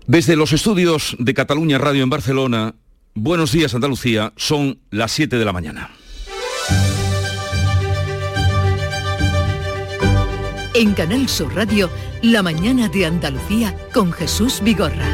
Desde los estudios de Cataluña Radio en Barcelona, buenos días Andalucía, son las 7 de la mañana. En Canal Sur Radio, la mañana de Andalucía con Jesús Vigorra.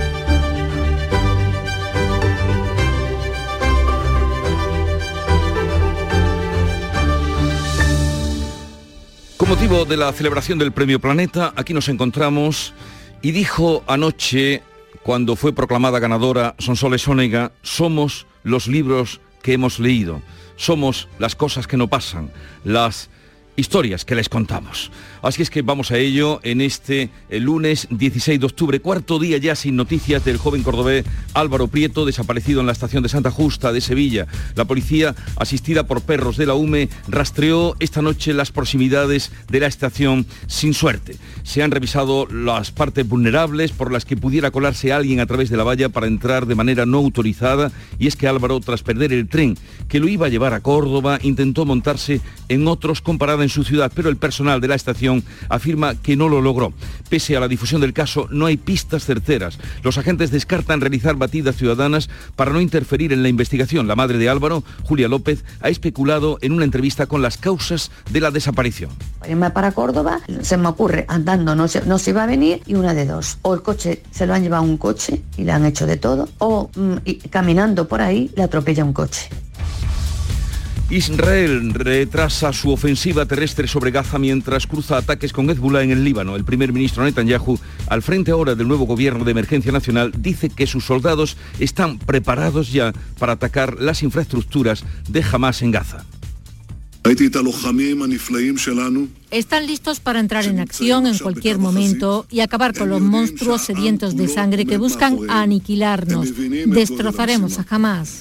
Con motivo de la celebración del Premio Planeta, aquí nos encontramos y dijo anoche, cuando fue proclamada ganadora Sonsoles Onega, somos los libros que hemos leído, somos las cosas que no pasan, las historias que les contamos. Así es que vamos a ello en este lunes 16 de octubre, cuarto día ya sin noticias del joven cordobés Álvaro Prieto, desaparecido en la estación de Santa Justa de Sevilla. La policía, asistida por perros de la UME, rastreó esta noche las proximidades de la estación sin suerte. Se han revisado las partes vulnerables por las que pudiera colarse alguien a través de la valla para entrar de manera no autorizada, y es que Álvaro, tras perder el tren que lo iba a llevar a Córdoba, intentó montarse en otros con parada en su ciudad, pero el personal de la estación afirma que no lo logró. Pese a la difusión del caso, no hay pistas certeras. Los agentes descartan realizar batidas ciudadanas para no interferir en la investigación. La madre de Álvaro, Julia López, ha especulado en una entrevista con las causas de la desaparición. Irme para Córdoba, se me ocurre, andando no se iba a venir, y una de dos: o el coche se lo han llevado un coche y le han hecho de todo, o caminando por ahí le atropella un coche. Israel retrasa su ofensiva terrestre sobre Gaza mientras cruza ataques con Hezbollah en el Líbano. El primer ministro Netanyahu, al frente ahora del nuevo gobierno de emergencia nacional, dice que sus soldados están preparados ya para atacar las infraestructuras de Hamás en Gaza. Están listos para entrar en acción en cualquier momento y acabar con los monstruos sedientos de sangre que buscan aniquilarnos. Destrozaremos a Hamás.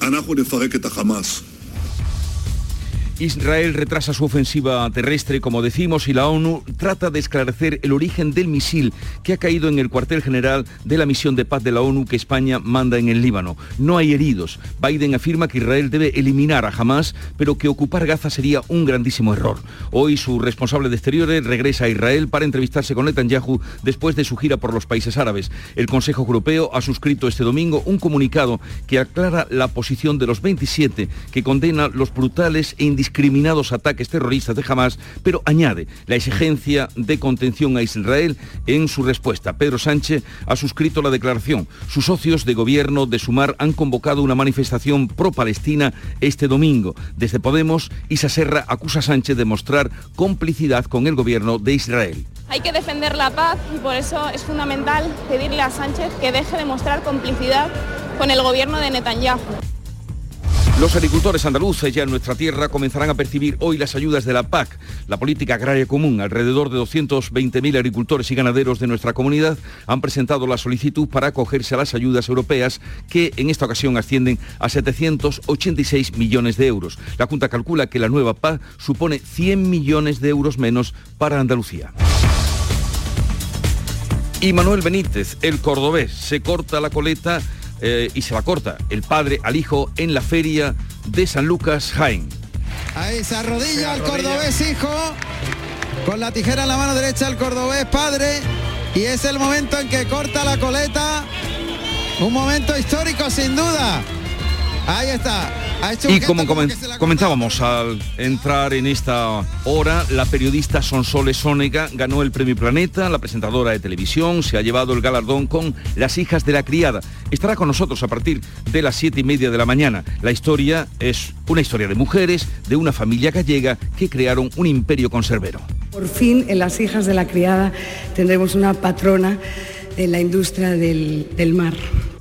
Israel retrasa su ofensiva terrestre, como decimos, y la ONU trata de esclarecer el origen del misil que ha caído en el cuartel general de la misión de paz de la ONU que España manda en el Líbano. No hay heridos. Biden afirma que Israel debe eliminar a Hamás, pero que ocupar Gaza sería un grandísimo error. Hoy su responsable de Exteriores regresa a Israel para entrevistarse con Netanyahu después de su gira por los países árabes. El Consejo Europeo ha suscrito este domingo un comunicado que aclara la posición de los 27, que condena los brutales e indiscriminados ataques terroristas de Hamás, pero añade la exigencia de contención a Israel en su respuesta. Pedro Sánchez ha suscrito la declaración. Sus socios de gobierno de Sumar han convocado una manifestación pro-palestina este domingo. Desde Podemos, Isa Serra acusa a Sánchez de mostrar complicidad con el gobierno de Israel. Hay que defender la paz y por eso es fundamental pedirle a Sánchez que deje de mostrar complicidad con el gobierno de Netanyahu. Los agricultores andaluces ya en nuestra tierra comenzarán a percibir hoy las ayudas de la PAC, la Política Agraria Común. Alrededor de 220.000 agricultores y ganaderos de nuestra comunidad han presentado la solicitud para acogerse a las ayudas europeas, que en esta ocasión ascienden a 786 millones de euros. La Junta calcula que la nueva PAC supone 100 millones de euros menos para Andalucía. Y Manuel Benítez, el cordobés, se corta la coleta y se la corta el padre al hijo en la feria de Sanlúcar, Jaén. Ahí se arrodilla el cordobés hijo, con la tijera en la mano derecha el cordobés padre, y es el momento en que corta la coleta, un momento histórico sin duda. Ahí está. Y como comentábamos al entrar en esta hora, la periodista Sonsoles Onega ganó el Premio Planeta. La presentadora de televisión se ha llevado el galardón con Las hijas de la criada. Estará con nosotros a partir de las 7:30 de la mañana. La historia es una historia de mujeres, de una familia gallega que crearon un imperio conservero. Por fin, en Las hijas de la criada tendremos una patrona de la industria del mar.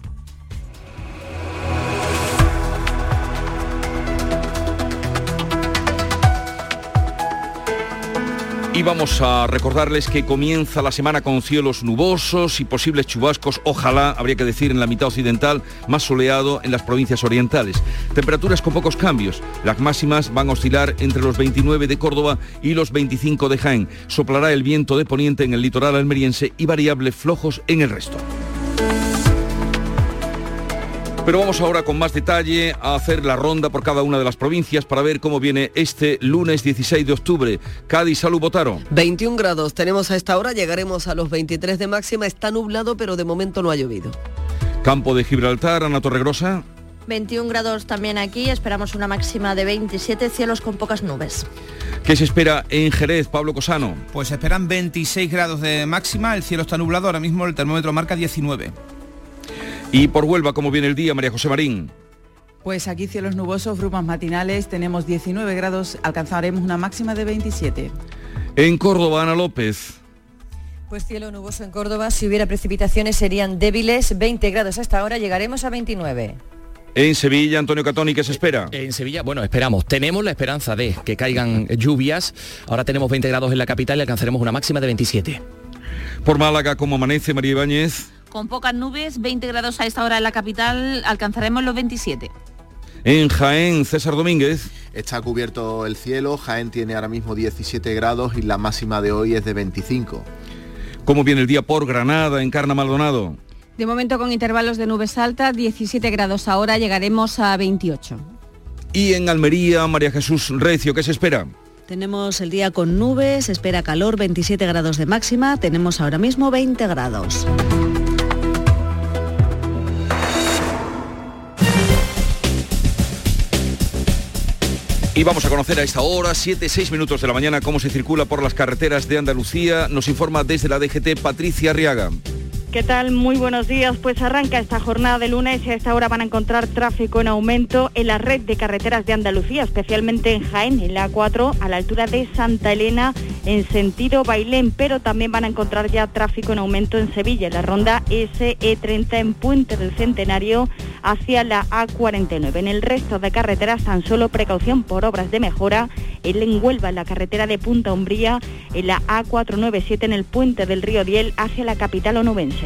Y vamos a recordarles que comienza la semana con cielos nubosos y posibles chubascos, ojalá, habría que decir, en la mitad occidental, más soleado en las provincias orientales. Temperaturas con pocos cambios. Las máximas van a oscilar entre los 29 de Córdoba y los 25 de Jaén. Soplará el viento de poniente en el litoral almeriense y variables flojos en el resto. Pero vamos ahora con más detalle a hacer la ronda por cada una de las provincias para ver cómo viene este lunes 16 de octubre. Cádiz, Salud, Botaro. 21 grados tenemos a esta hora, llegaremos a los 23 de máxima, está nublado pero de momento no ha llovido. Campo de Gibraltar, Ana Torregrosa. 21 grados también aquí, esperamos una máxima de 27, cielos con pocas nubes. ¿Qué se espera en Jerez, Pablo Cosano? Pues esperan 26 grados de máxima, el cielo está nublado, ahora mismo el termómetro marca 19. Y por Huelva, ¿cómo viene el día, María José Marín? Pues aquí cielos nubosos, brumas matinales, tenemos 19 grados, alcanzaremos una máxima de 27. En Córdoba, Ana López. Pues cielo nuboso en Córdoba, si hubiera precipitaciones serían débiles, 20 grados hasta ahora, llegaremos a 29. En Sevilla, Antonio Catoni, ¿qué se espera? En Sevilla, bueno, tenemos la esperanza de que caigan lluvias. Ahora tenemos 20 grados en la capital y alcanzaremos una máxima de 27. Por Málaga, ¿cómo amanece, María Ibáñez? Con pocas nubes, 20 grados a esta hora en la capital, alcanzaremos los 27. En Jaén, César Domínguez. Está cubierto el cielo, Jaén tiene ahora mismo 17 grados y la máxima de hoy es de 25. ¿Cómo viene el día por Granada, Encarna Maldonado? De momento con intervalos de nubes altas, 17 grados ahora, llegaremos a 28. Y en Almería, María Jesús Recio, ¿qué se espera? Tenemos el día con nubes, espera calor, 27 grados de máxima, tenemos ahora mismo 20 grados. Y vamos a conocer a esta hora, 7-6 minutos de la mañana, cómo se circula por las carreteras de Andalucía. Nos informa desde la DGT Patricia Arriaga. ¿Qué tal? Muy buenos días. Pues arranca esta jornada de lunes y a esta hora van a encontrar tráfico en aumento en la red de carreteras de Andalucía, especialmente en Jaén, en la A4, a la altura de Santa Elena, en sentido Bailén, pero también van a encontrar ya tráfico en aumento en Sevilla, en la ronda SE30 en Puente del Centenario hacia la A49. En el resto de carreteras tan solo precaución por obras de mejora en Huelva, en la carretera de Punta Umbría, en la A497 en el puente del Río Diel hacia la capital onubense.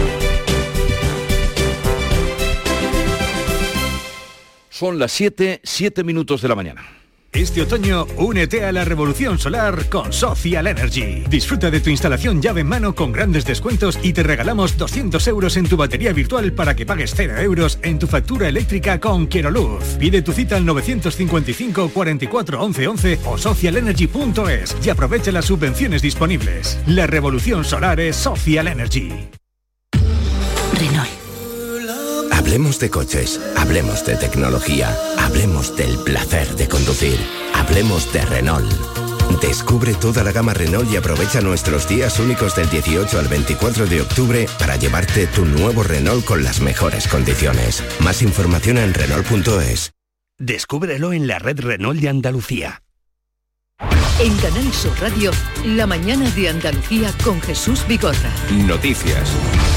Son las 7 minutos de la mañana. Este otoño, únete a la revolución solar con Social Energy. Disfruta de tu instalación llave en mano con grandes descuentos y te regalamos 200 euros en tu batería virtual para que pagues 0 euros en tu factura eléctrica con Quieroluz. Pide tu cita al 955 44 11 11 o socialenergy.es y aprovecha las subvenciones disponibles. La revolución solar es Social Energy. Renault. Hablemos de coches, hablemos de tecnología, hablemos del placer de conducir, hablemos de Renault. Descubre toda la gama Renault y aprovecha nuestros días únicos del 18 al 24 de octubre para llevarte tu nuevo Renault con las mejores condiciones. Más información en Renault.es. Descúbrelo en la red Renault de Andalucía. En Canal Sur Radio, la mañana de Andalucía con Jesús Vigorra. Noticias.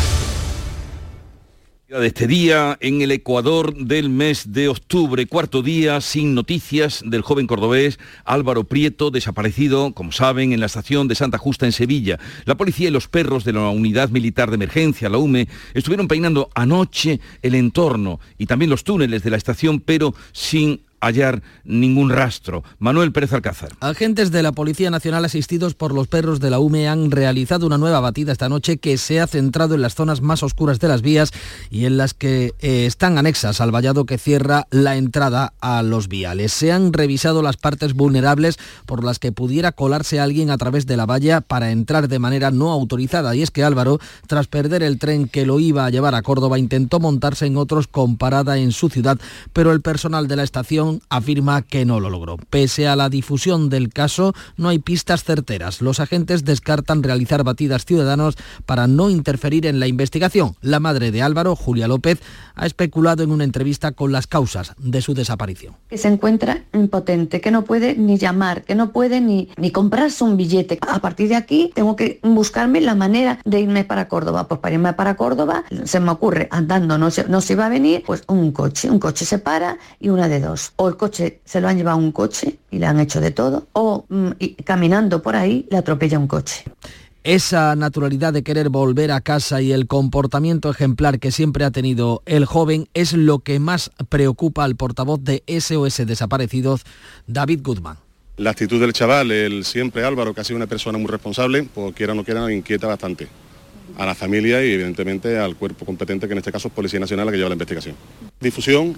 De este día en el Ecuador del mes de octubre, cuarto día sin noticias del joven cordobés Álvaro Prieto, desaparecido, como saben, en la estación de Santa Justa en Sevilla. La policía y los perros de la Unidad Militar de Emergencia, la UME, estuvieron peinando anoche el entorno y también los túneles de la estación, pero sin hallar ningún rastro. Manuel Pérez Alcázar. Agentes de la Policía Nacional asistidos por los perros de la UME han realizado una nueva batida esta noche que se ha centrado en las zonas más oscuras de las vías y en las que están anexas al vallado que cierra la entrada a los viales. Se han revisado las partes vulnerables por las que pudiera colarse alguien a través de la valla para entrar de manera no autorizada. Y es que Álvaro, tras perder el tren que lo iba a llevar a Córdoba, intentó montarse en otros con parada en su ciudad, pero el personal de la estación afirma que no lo logró. Pese a la difusión del caso, no hay pistas certeras. Los agentes descartan realizar batidas ciudadanos para no interferir en la investigación. La madre de Álvaro, Julia López, ha especulado en una entrevista con las causas de su desaparición. Que se encuentra impotente, que no puede ni llamar, que no puede ni comprarse un billete. A partir de aquí tengo que buscarme la manera de irme para Córdoba. Pues para irme para Córdoba se me ocurre, andando no se iba a venir, pues un coche se para y una de dos. O el coche se lo han llevado a un coche y le han hecho de todo, o caminando por ahí le atropella un coche. Esa naturalidad de querer volver a casa y el comportamiento ejemplar que siempre ha tenido el joven es lo que más preocupa al portavoz de SOS Desaparecidos, David Guzmán. La actitud del chaval, el siempre Álvaro, que ha sido una persona muy responsable, pues quiera o no quiera, nos inquieta bastante. a la familia y evidentemente al cuerpo competente, que en este caso es Policía Nacional, la que lleva la investigación. Difusión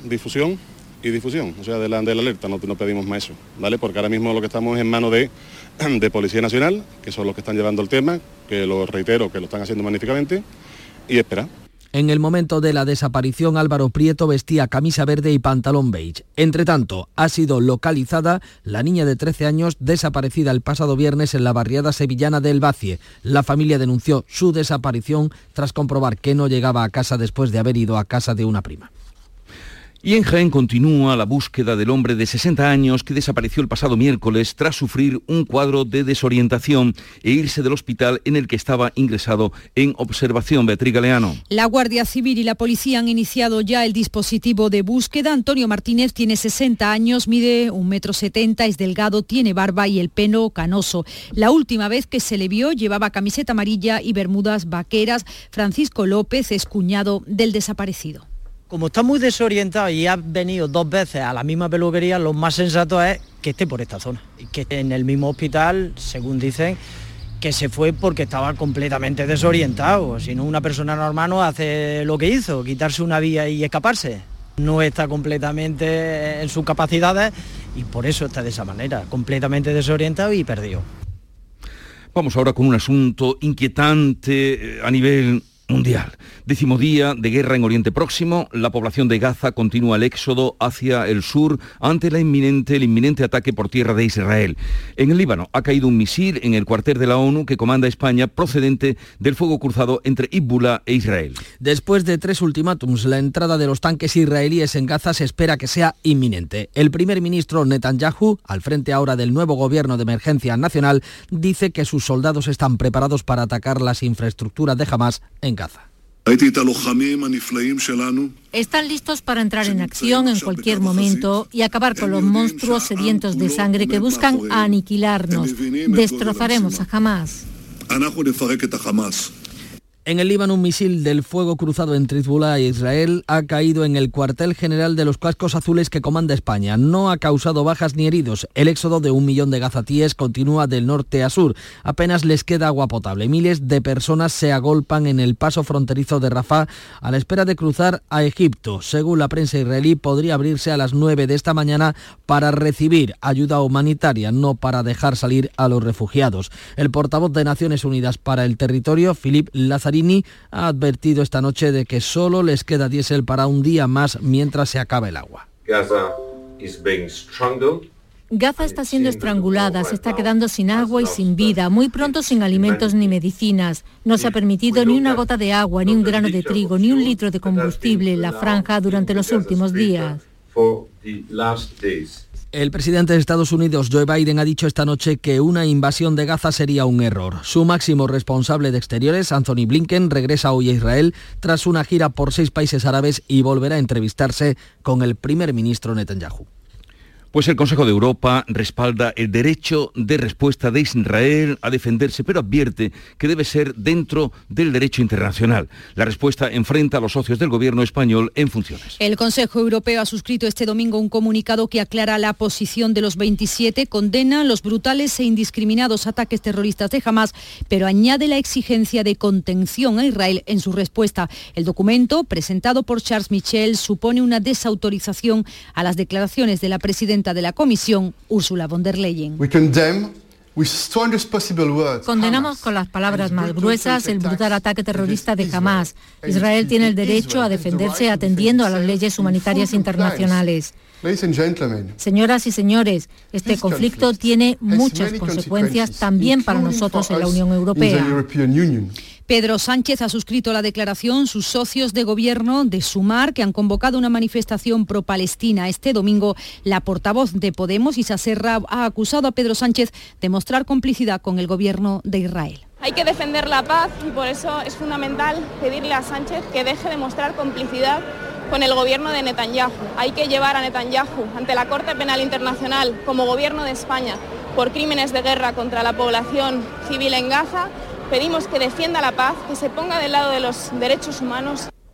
y difusión, o sea, de la alerta, no pedimos más eso, ¿vale? Porque ahora mismo lo que estamos es en manos de Policía Nacional, que son los que están llevando el tema, que lo reitero, que lo están haciendo magníficamente, y esperar. En el momento de la desaparición, Álvaro Prieto vestía camisa verde y pantalón beige. Entre tanto, ha sido localizada la niña de 13 años desaparecida el pasado viernes en la barriada sevillana de El Bacie. La familia denunció su desaparición tras comprobar que no llegaba a casa después de haber ido a casa de una prima. Y en Jaén continúa la búsqueda del hombre de 60 años que desapareció el pasado miércoles tras sufrir un cuadro de desorientación e irse del hospital en el que estaba ingresado en observación. Beatriz Galeano. La Guardia Civil y la policía han iniciado ya el dispositivo de búsqueda. Antonio Martínez tiene 60 años, mide 1,70 m, es delgado, tiene barba y el pelo canoso. La última vez que se le vio llevaba camiseta amarilla y bermudas vaqueras. Francisco López es cuñado del desaparecido. Como está muy desorientado y ha venido 2 veces a la misma peluquería, lo más sensato es que esté por esta zona. Y que esté en el mismo hospital, según dicen, que se fue porque estaba completamente desorientado. Si no, una persona normal no hace lo que hizo, quitarse una vía y escaparse. No está completamente en sus capacidades y por eso está de esa manera, completamente desorientado y perdido. Vamos ahora con un asunto inquietante a nivel mundial. 10º día de guerra en Oriente Próximo. La población de Gaza continúa el éxodo hacia el sur ante el inminente ataque por tierra de Israel. En el Líbano ha caído un misil en el cuartel de la ONU que comanda España procedente del fuego cruzado entre Hezbollah e Israel. Después de 3 ultimátums, la entrada de los tanques israelíes en Gaza se espera que sea inminente. El primer ministro Netanyahu, al frente ahora del nuevo gobierno de emergencia nacional, dice que sus soldados están preparados para atacar las infraestructuras de Hamás en Gaza. Están listos para entrar en acción en cualquier momento y acabar con los monstruos sedientos de sangre que buscan aniquilarnos. Destrozaremos a Hamás. En el Líbano, un misil del fuego cruzado entre Hezbollah e Israel ha caído en el cuartel general de los cascos azules que comanda España. No ha causado bajas ni heridos. El éxodo de 1 millón de gazatíes continúa del norte a sur. Apenas les queda agua potable. Miles de personas se agolpan en el paso fronterizo de Rafah a la espera de cruzar a Egipto. Según la prensa israelí, podría abrirse a las 9 de esta mañana para recibir ayuda humanitaria, no para dejar salir a los refugiados. El portavoz de Naciones Unidas para el territorio, Philippe Lazzarini, ha advertido esta noche de que solo les queda diésel para un día más mientras se acaba el agua. Gaza está siendo estrangulada, se está quedando sin agua y sin vida, muy pronto sin alimentos ni medicinas. No se ha permitido ni una gota de agua, ni un grano de trigo, ni un litro de combustible en la franja durante los últimos días. El presidente de Estados Unidos, Joe Biden, ha dicho esta noche que una invasión de Gaza sería un error. Su máximo responsable de Exteriores, Anthony Blinken, regresa hoy a Israel tras una gira por 6 países árabes y volverá a entrevistarse con el primer ministro Netanyahu. Pues el Consejo de Europa respalda el derecho de respuesta de Israel a defenderse, pero advierte que debe ser dentro del derecho internacional. La respuesta enfrenta a los socios del gobierno español en funciones. El Consejo Europeo ha suscrito este domingo un comunicado que aclara la posición de los 27, condena los brutales e indiscriminados ataques terroristas de Hamás, pero añade la exigencia de contención a Israel en su respuesta. El documento, presentado por Charles Michel, supone una desautorización a las declaraciones de la presidenta de la Comisión, Ursula von der Leyen. Condenamos con las palabras más gruesas el brutal ataque terrorista de Hamás. Israel tiene el derecho a defenderse atendiendo a las leyes humanitarias internacionales. Señoras y señores, este conflicto tiene muchas consecuencias también para nosotros en la Unión Europea. Pedro Sánchez ha suscrito la declaración, sus socios de gobierno de Sumar, que han convocado una manifestación pro-palestina este domingo. La portavoz de Podemos, Isa Serra, ha acusado a Pedro Sánchez de mostrar complicidad con el gobierno de Israel. Hay que defender la paz y por eso es fundamental pedirle a Sánchez que deje de mostrar complicidad con el gobierno de Netanyahu. Hay que llevar a Netanyahu ante la Corte Penal Internacional como gobierno de España por crímenes de guerra contra la población civil en Gaza. Pedimos que defienda la paz, que se ponga del lado de los derechos humanos.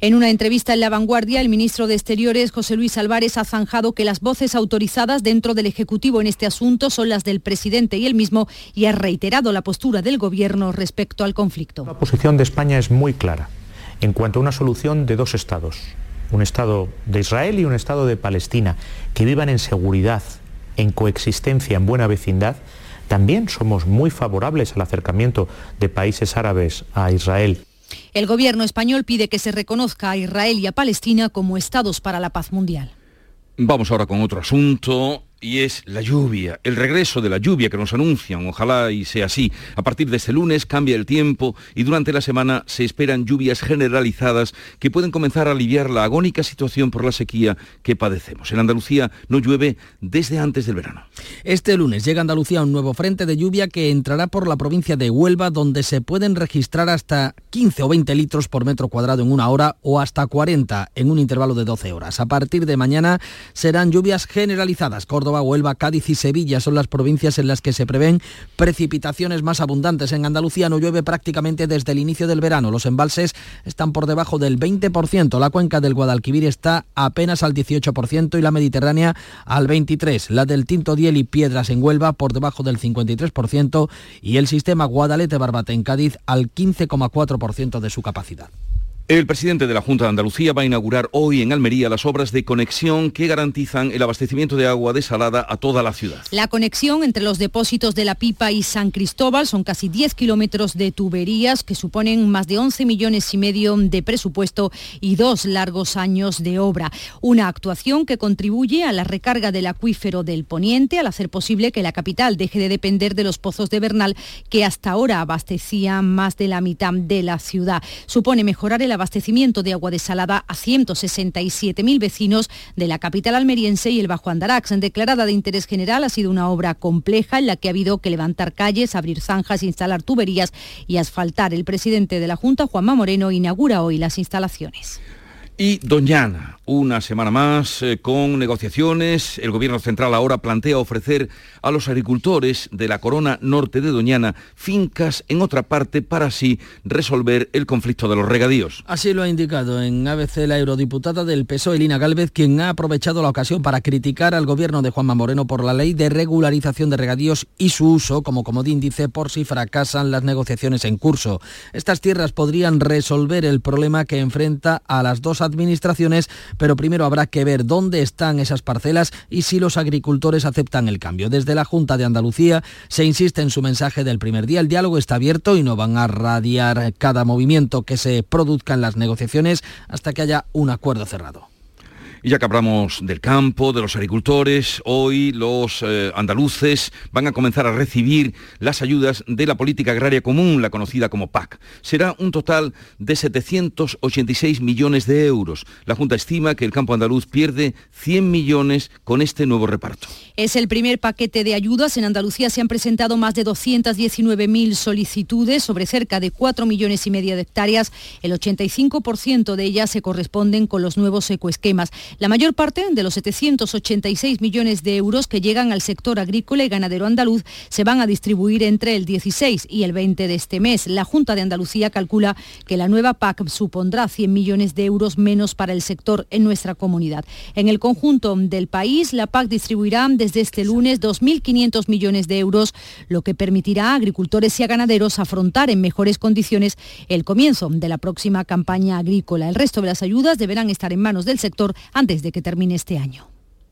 En una entrevista en La Vanguardia, el ministro de Exteriores, José Luis Álvarez, ha zanjado que las voces autorizadas dentro del Ejecutivo en este asunto son las del presidente y él mismo, y ha reiterado la postura del Gobierno respecto al conflicto. La posición de España es muy clara en cuanto a una solución de dos estados, un Estado de Israel y un Estado de Palestina, que vivan en seguridad, en coexistencia, en buena vecindad. También somos muy favorables al acercamiento de países árabes a Israel. El Gobierno español pide que se reconozca a Israel y a Palestina como estados para la paz mundial. Vamos ahora con otro asunto, y es la lluvia, el regreso de la lluvia que nos anuncian. Ojalá y sea así. A partir de este lunes cambia el tiempo y durante la semana se esperan lluvias generalizadas que pueden comenzar a aliviar la agónica situación por la sequía que padecemos. En Andalucía no llueve desde antes del verano. Este lunes llega a Andalucía un nuevo frente de lluvia que entrará por la provincia de Huelva, donde se pueden registrar hasta 15 o 20 litros por metro cuadrado en una hora o hasta 40 en un intervalo de 12 horas. A partir de mañana serán lluvias generalizadas. Córdoba, Huelva, Cádiz y Sevilla son las provincias en las que se prevén precipitaciones más abundantes. En Andalucía no llueve prácticamente desde el inicio del verano. Los embalses están por debajo del 20%. La cuenca del Guadalquivir está apenas al 18% y la Mediterránea al 23%. La del Tinto Diel y Piedras en Huelva por debajo del 53% y el sistema Guadalete-Barbate en Cádiz al 15,4% de su capacidad. El presidente de la Junta de Andalucía va a inaugurar hoy en Almería las obras de conexión que garantizan el abastecimiento de agua desalada a toda la ciudad. La conexión entre los depósitos de La Pipa y San Cristóbal son casi 10 kilómetros de tuberías que suponen más de 11,5 millones de presupuesto y 2 largos años de obra. Una actuación que contribuye a la recarga del acuífero del Poniente al hacer posible que la capital deje de depender de los pozos de Bernal que hasta ahora abastecían más de la mitad de la ciudad. Supone mejorar el abastecimiento de agua desalada a 167.000 vecinos de la capital almeriense y el Bajo Andarax. Declarada de interés general, ha sido una obra compleja en la que ha habido que levantar calles, abrir zanjas, instalar tuberías y asfaltar. El presidente de la Junta, Juanma Moreno, inaugura hoy las instalaciones. Y Doñana, una semana más con negociaciones. El Gobierno central ahora plantea ofrecer a los agricultores de la corona norte de Doñana fincas en otra parte para así resolver el conflicto de los regadíos. Así lo ha indicado en ABC la eurodiputada del PSOE, Elina Gálvez, quien ha aprovechado la ocasión para criticar al Gobierno de Juanma Moreno por la ley de regularización de regadíos y su uso como comodín, dice, por si fracasan las negociaciones en curso. Estas tierras podrían resolver el problema que enfrenta a las dos administraciones, pero primero habrá que ver dónde están esas parcelas y si los agricultores aceptan el cambio. Desde la Junta de Andalucía se insiste en su mensaje del primer día. El diálogo está abierto y no van a radiar cada movimiento que se produzca en las negociaciones hasta que haya un acuerdo cerrado. Y ya que hablamos del campo, de los agricultores, hoy los andaluces van a comenzar a recibir las ayudas de la Política Agraria Común, la conocida como PAC. Será un total de 786 millones de euros. La Junta estima que el campo andaluz pierde 100 millones con este nuevo reparto. Es el primer paquete de ayudas. En Andalucía se han presentado más de 219.000 solicitudes sobre cerca de 4,5 millones de hectáreas. El 85% de ellas se corresponden con los nuevos ecoesquemas. La mayor parte de los 786 millones de euros que llegan al sector agrícola y ganadero andaluz se van a distribuir entre el 16 y el 20 de este mes. La Junta de Andalucía calcula que la nueva PAC supondrá 100 millones de euros menos para el sector en nuestra comunidad. En el conjunto del país, la PAC distribuirá desde este lunes 2.500 millones de euros, lo que permitirá a agricultores y a ganaderos afrontar en mejores condiciones el comienzo de la próxima campaña agrícola. El resto de las ayudas deberán estar en manos del sector antes de que termine este año.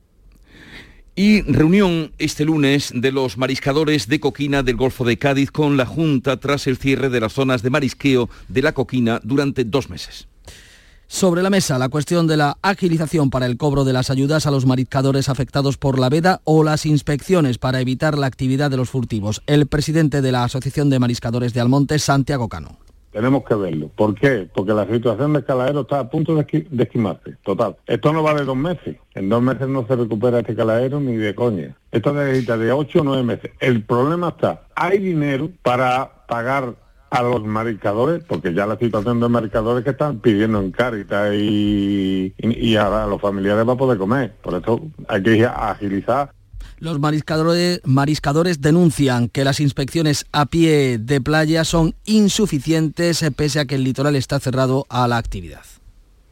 Y reunión este lunes de los mariscadores de coquina del Golfo de Cádiz con la Junta tras el cierre de las zonas de marisqueo de la coquina durante 2 meses. Sobre la mesa, la cuestión de la agilización para el cobro de las ayudas a los mariscadores afectados por la veda o las inspecciones para evitar la actividad de los furtivos. El presidente de la Asociación de Mariscadores de Almonte, Santiago Cano. Tenemos que verlo. ¿Por qué? Porque la situación del caladero está a punto de esquimarse. Total. Esto no vale 2 meses. En 2 meses no se recupera este caladero ni de coña. Esto necesita de 8 o 9 meses. El problema está, hay dinero para pagar a los mariscadores, porque ya la situación de mariscadores que están pidiendo en Cáritas y a los familiares va a poder comer. Por eso hay que agilizar. Los mariscadores denuncian que las inspecciones a pie de playa son insuficientes pese a que el litoral está cerrado a la actividad.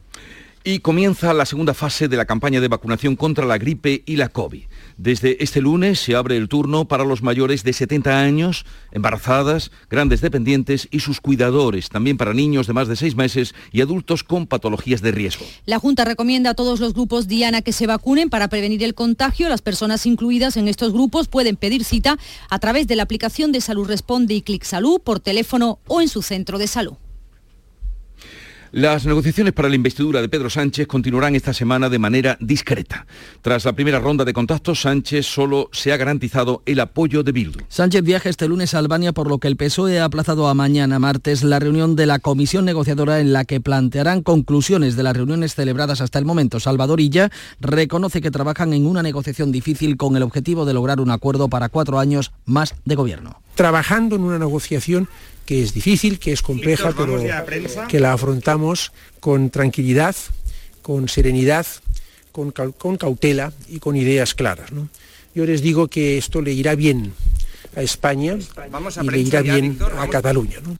Y comienza la segunda fase de la campaña de vacunación contra la gripe y la COVID. Desde este lunes se abre el turno para los mayores de 70 años, embarazadas, grandes dependientes y sus cuidadores, también para niños de más de 6 meses y adultos con patologías de riesgo. La Junta recomienda a todos los grupos diana que se vacunen para prevenir el contagio. Las personas incluidas en estos grupos pueden pedir cita a través de la aplicación de Salud Responde y Clic Salud, por teléfono o en su centro de salud. Las negociaciones para la investidura de Pedro Sánchez continuarán esta semana de manera discreta. Tras la primera ronda de contactos, Sánchez solo se ha garantizado el apoyo de Bildu. Sánchez viaja este lunes a Albania, por lo que el PSOE ha aplazado a mañana martes la reunión de la comisión negociadora en la que plantearán conclusiones de las reuniones celebradas hasta el momento. Salvador Illa reconoce que trabajan en una negociación difícil con el objetivo de lograr un acuerdo para 4 años más de gobierno. Trabajando en una negociación que es difícil, que es compleja, pero que la afrontamos con tranquilidad, con serenidad, con cautela y con ideas claras, ¿no? Yo les digo que esto le irá bien a España y le irá bien a Cataluña, ¿no?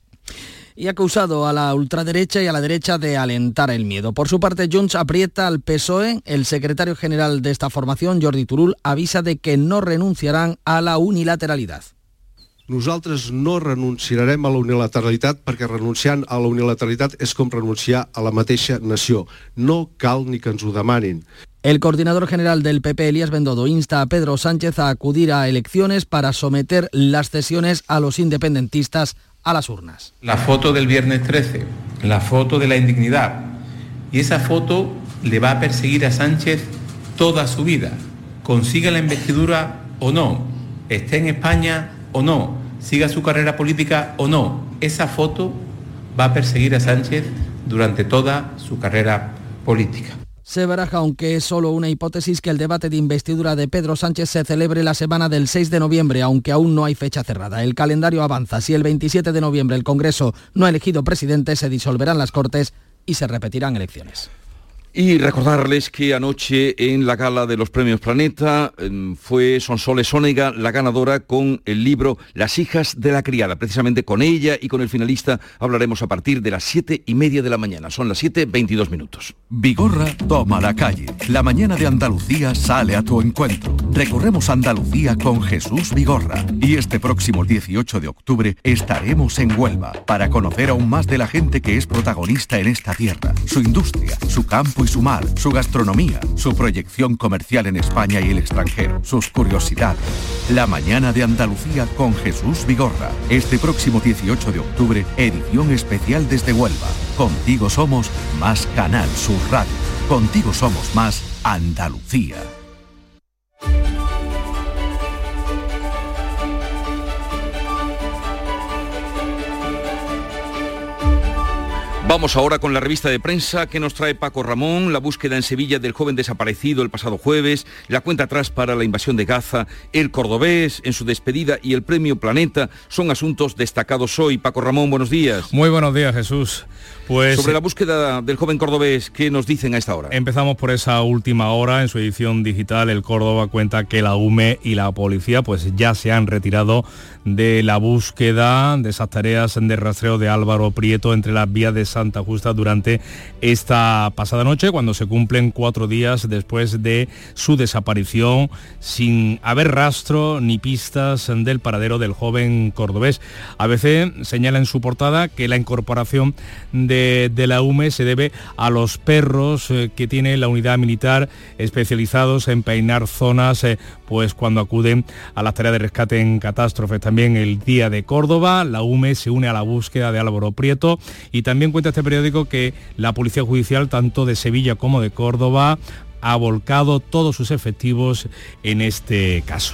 Y ha acusado a la ultraderecha y a la derecha de alentar el miedo. Por su parte, Junts aprieta al PSOE. El secretario general de esta formación, Jordi Turull, avisa de que no renunciarán a la unilateralidad. Nosaltres no renunciarem a la unilateralitat perquè renunciant a la unilateralitat és com renunciar a la mateixa nació. No cal ni que ens ho demanin. El coordinador general del PP, Elías Bendodo, insta a Pedro Sánchez a acudir a elecciones para someter las cesiones a los independentistas a las urnas. La foto del viernes 13, la foto de la indignidad, y esa foto le va a perseguir a Sánchez toda su vida, consiga la investidura o no, esté en España o no, siga su carrera política o no, esa foto va a perseguir a Sánchez durante toda su carrera política. Se baraja, aunque es solo una hipótesis, que el debate de investidura de Pedro Sánchez se celebre la semana del 6 de noviembre, aunque aún no hay fecha cerrada. El calendario avanza. Si el 27 de noviembre el Congreso no ha elegido presidente, se disolverán las Cortes y se repetirán elecciones. Y recordarles que anoche en la gala de los premios Planeta fue Sonsoles Sonega la ganadora con el libro Las hijas de la criada. Precisamente con ella y con el finalista hablaremos a partir de las 7:30 de la mañana. Son las 7:22 minutos. Vigorra toma la calle. La mañana de Andalucía sale a tu encuentro. Recorremos Andalucía con Jesús Vigorra. Y este próximo 18 de octubre estaremos en Huelva para conocer aún más de la gente que es protagonista en esta tierra, su industria, su campo y su mar, su gastronomía, su proyección comercial en España y el extranjero, sus curiosidades. La mañana de Andalucía con Jesús Vigorra. Este próximo 18 de octubre, edición especial desde Huelva. Contigo somos más Canal Sur Radio. Contigo somos más Andalucía. Vamos ahora con la revista de prensa que nos trae Paco Ramón, la búsqueda en Sevilla del joven desaparecido el pasado jueves, la cuenta atrás para la invasión de Gaza, el cordobés en su despedida y el premio Planeta son asuntos destacados hoy. Paco Ramón, buenos días. Muy buenos días, Jesús. Pues, sobre la búsqueda del joven cordobés, ¿qué nos dicen a esta hora? Empezamos por esa última hora. En su edición digital, El Córdoba cuenta que la UME y la policía pues ya se han retirado de la búsqueda de esas tareas de rastreo de Álvaro Prieto entre las vías de Santa Justa durante esta pasada noche, cuando se cumplen 4 días después de su desaparición, sin haber rastro ni pistas del paradero del joven cordobés. ABC señala en su portada que la incorporación de la UME se debe a los perros que tiene la unidad militar especializados en peinar zonas pues cuando acuden a las tareas de rescate en catástrofes. También el Día de Córdoba, la UME se une a la búsqueda de Álvaro Prieto, y también cuenta este periódico que la Policía Judicial, tanto de Sevilla como de Córdoba, ha volcado todos sus efectivos en este caso.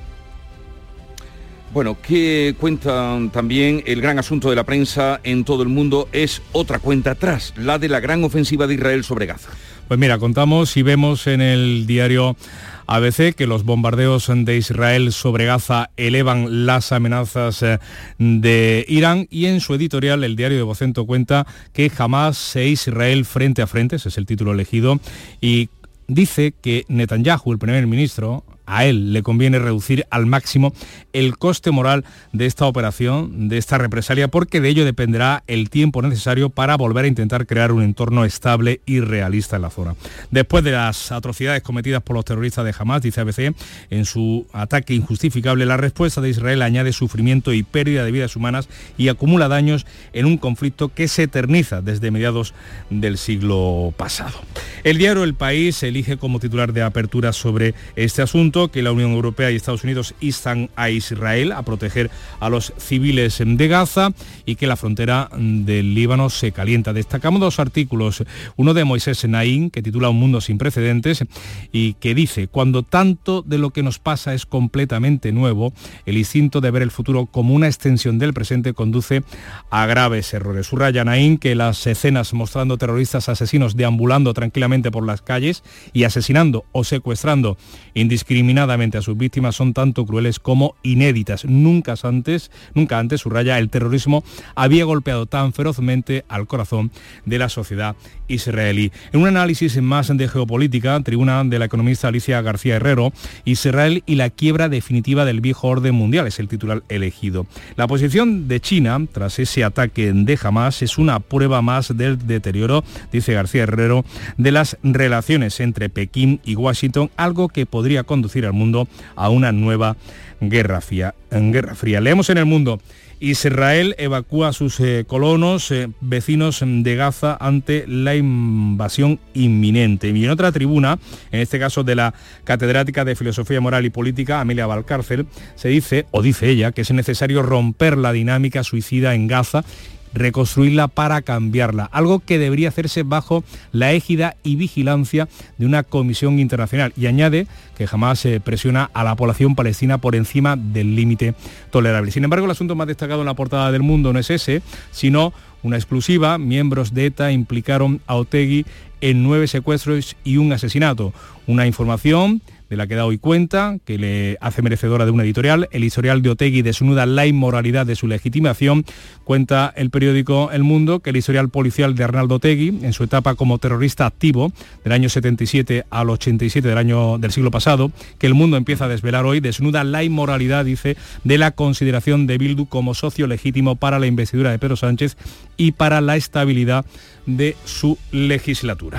Bueno, que cuentan también el gran asunto de la prensa en todo el mundo es otra cuenta atrás, la de la gran ofensiva de Israel sobre Gaza. Pues mira, contamos y vemos en el diario ABC que los bombardeos de Israel sobre Gaza elevan las amenazas de Irán, y en su editorial el diario de Vocento cuenta que Hamás e Israel frente a frente, ese es el título elegido, y dice que Netanyahu, el primer ministro, a él le conviene reducir al máximo el coste moral de esta operación, de esta represalia, porque de ello dependerá el tiempo necesario para volver a intentar crear un entorno estable y realista en la zona. Después de las atrocidades cometidas por los terroristas de Hamás, dice ABC, en su ataque injustificable, la respuesta de Israel añade sufrimiento y pérdida de vidas humanas y acumula daños en un conflicto que se eterniza desde mediados del siglo pasado. El diario El País elige como titular de apertura sobre este asunto que la Unión Europea y Estados Unidos instan a Israel a proteger a los civiles de Gaza y que la frontera del Líbano se calienta. Destacamos dos artículos, uno de Moisés Naín, que titula Un mundo sin precedentes y que dice: cuando tanto de lo que nos pasa es completamente nuevo, el instinto de ver el futuro como una extensión del presente conduce a graves errores. Subraya Naín que las escenas mostrando terroristas asesinos deambulando tranquilamente por las calles y asesinando o secuestrando indiscriminadamente a sus víctimas son tanto crueles como inéditas. Nunca antes, subraya, el terrorismo había golpeado tan ferozmente al corazón de la sociedad israelí. En un análisis más de geopolítica, tribuna de la economista Alicia García Herrero, Israel y la quiebra definitiva del viejo orden mundial es el titular elegido. La posición de China tras ese ataque de Hamás es una prueba más del deterioro, dice García Herrero, de las relaciones entre Pekín y Washington, algo que podría conducir al mundo a una nueva guerra fría. Leemos en El Mundo: Israel evacúa a sus colonos vecinos de Gaza ante la invasión inminente. Y en otra tribuna, en este caso de la catedrática de Filosofía Moral y Política, Amelia Valcárcel, dice ella, que es necesario romper la dinámica suicida en Gaza, reconstruirla para cambiarla, algo que debería hacerse bajo la égida y vigilancia de una comisión internacional, y añade que jamás presiona a la población palestina por encima del límite tolerable. Sin embargo, el asunto más destacado en la portada del Mundo no es ese, sino una exclusiva: miembros de ETA implicaron a Otegi en 9 secuestros y un asesinato. Una información de la que da hoy cuenta, que le hace merecedora de una editorial. El historial de Otegi desnuda la inmoralidad de su legitimación. Cuenta el periódico El Mundo que el historial policial de Arnaldo Otegi, en su etapa como terrorista activo, del año 77 al 87 del siglo pasado, que El Mundo empieza a desvelar hoy, desnuda la inmoralidad, dice, de la consideración de Bildu como socio legítimo para la investidura de Pedro Sánchez y para la estabilidad de su legislatura.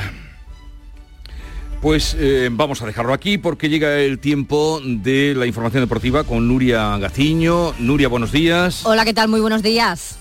Pues vamos a dejarlo aquí porque llega el tiempo de la información deportiva con Nuria Gaciño. Nuria, buenos días. Hola, ¿qué tal? Muy buenos días.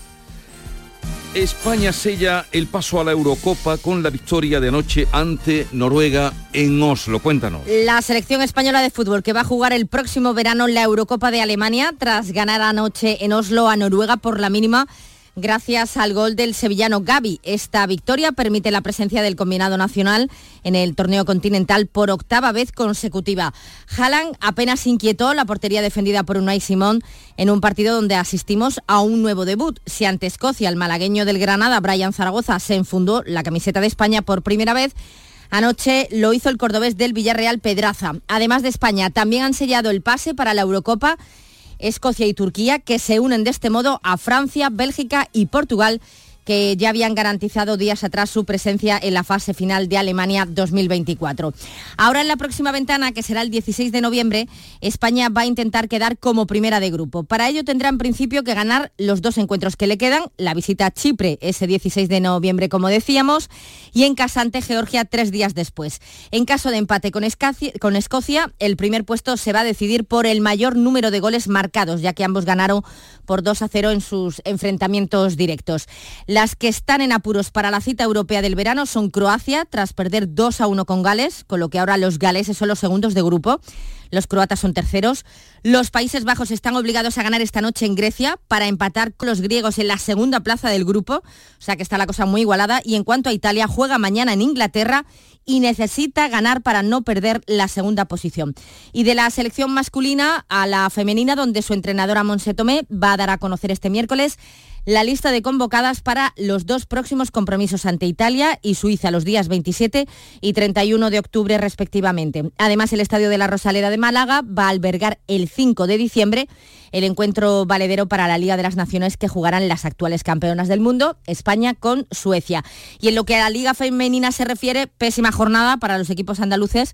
España sella el paso a la Eurocopa con la victoria de anoche ante Noruega en Oslo. Cuéntanos. La selección española de fútbol, que va a jugar el próximo verano la Eurocopa de Alemania tras ganar anoche en Oslo a Noruega por la mínima, gracias al gol del sevillano Gavi. Esta victoria permite la presencia del combinado nacional en el torneo continental por 8ª vez consecutiva. Haaland apenas inquietó la portería defendida por Unai Simón en un partido donde asistimos a un nuevo debut. Si ante Escocia el malagueño del Granada, Brian Zaragoza, se enfundó la camiseta de España por primera vez, anoche lo hizo el cordobés del Villarreal, Pedraza. Además de España, también han sellado el pase para la Eurocopa Escocia y Turquía, que se unen de este modo a Francia, Bélgica y Portugal, que ya habían garantizado días atrás su presencia en la fase final de Alemania 2024. Ahora, en la próxima ventana, que será el 16 de noviembre, España va a intentar quedar como primera de grupo. Para ello tendrá en principio que ganar los 2 encuentros que le quedan, la visita a Chipre ese 16 de noviembre, como decíamos, y en casa ante Georgia 3 días después. En caso de empate con Escocia, el primer puesto se va a decidir por el mayor número de goles marcados, ya que ambos ganaron por 2-0 en sus enfrentamientos directos. Las que están en apuros para la cita europea del verano son Croacia, tras perder 2-1 con Gales, con lo que ahora los galeses son los segundos de grupo. Los croatas son terceros. Los Países Bajos están obligados a ganar esta noche en Grecia para empatar con los griegos en la segunda plaza del grupo, o sea que está la cosa muy igualada. Y en cuanto a Italia, juega mañana en Inglaterra y necesita ganar para no perder la segunda posición. Y de la selección masculina a la femenina, donde su entrenadora Montse Tomé va a dar a conocer este miércoles la lista de convocadas para los 2 próximos compromisos ante Italia y Suiza, los días 27 y 31 de octubre respectivamente. Además, el Estadio de la Rosaleda de Málaga va a albergar el 5 de diciembre el encuentro valedero para la Liga de las Naciones, que jugarán las actuales campeonas del mundo, España con Suecia. Y en lo que a la Liga femenina se refiere, pésima jornada para los equipos andaluces.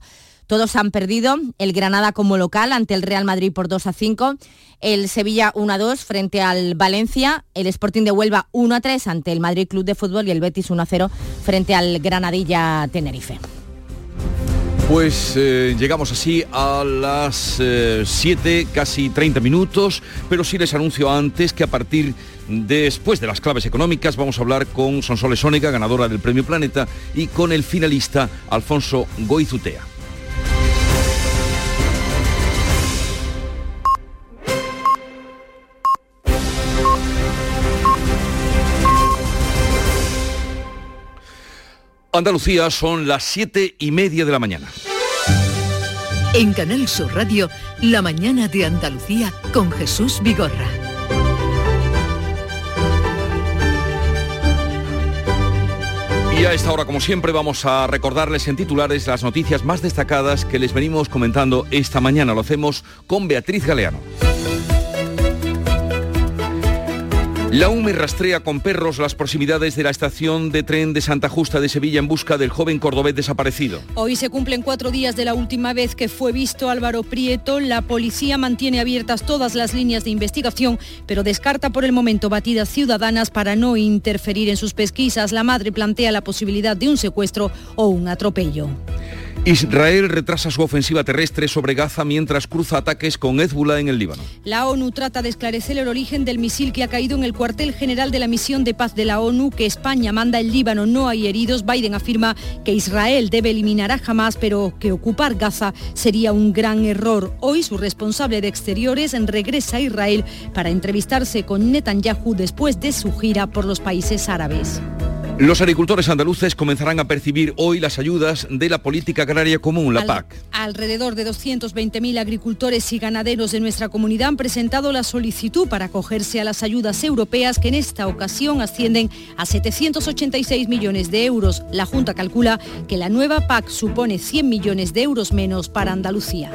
Todos han perdido, el Granada como local ante el Real Madrid por 2-5, el Sevilla 1-2 frente al Valencia, el Sporting de Huelva 1-3 ante el Madrid Club de Fútbol y el Betis 1-0 frente al Granadilla Tenerife. Pues llegamos así a las 7, casi 30 minutos, pero sí les anuncio antes que a partir después de las claves económicas vamos a hablar con Sonsoles Onega, ganadora del Premio Planeta, y con el finalista Alfonso Goizutea. Andalucía, son las 7:30 de la mañana. En Canal Sur Radio, La mañana de Andalucía con Jesús Vigorra. Y a esta hora, como siempre, vamos a recordarles en titulares las noticias más destacadas que les venimos comentando esta mañana. Lo hacemos con Beatriz Galeano. La UME rastrea con perros las proximidades de la estación de tren de Santa Justa de Sevilla en busca del joven cordobés desaparecido. Hoy se cumplen 4 días de la última vez que fue visto Álvaro Prieto. La policía mantiene abiertas todas las líneas de investigación, pero descarta por el momento batidas ciudadanas para no interferir en sus pesquisas. La madre plantea la posibilidad de un secuestro o un atropello. Israel retrasa su ofensiva terrestre sobre Gaza mientras cruza ataques con Hezbollah en el Líbano. La ONU trata de esclarecer el origen del misil que ha caído en el cuartel general de la misión de paz de la ONU que España manda en Líbano. No hay heridos. Biden afirma que Israel debe eliminar a Hamás, pero que ocupar Gaza sería un gran error. Hoy su responsable de Exteriores regresa a Israel para entrevistarse con Netanyahu después de su gira por los países árabes. Los agricultores andaluces comenzarán a percibir hoy las ayudas de la Política Agraria Común, la PAC. Alrededor de 220.000 agricultores y ganaderos de nuestra comunidad han presentado la solicitud para acogerse a las ayudas europeas que en esta ocasión ascienden a 786 millones de euros. La Junta calcula que la nueva PAC supone 100 millones de euros menos para Andalucía.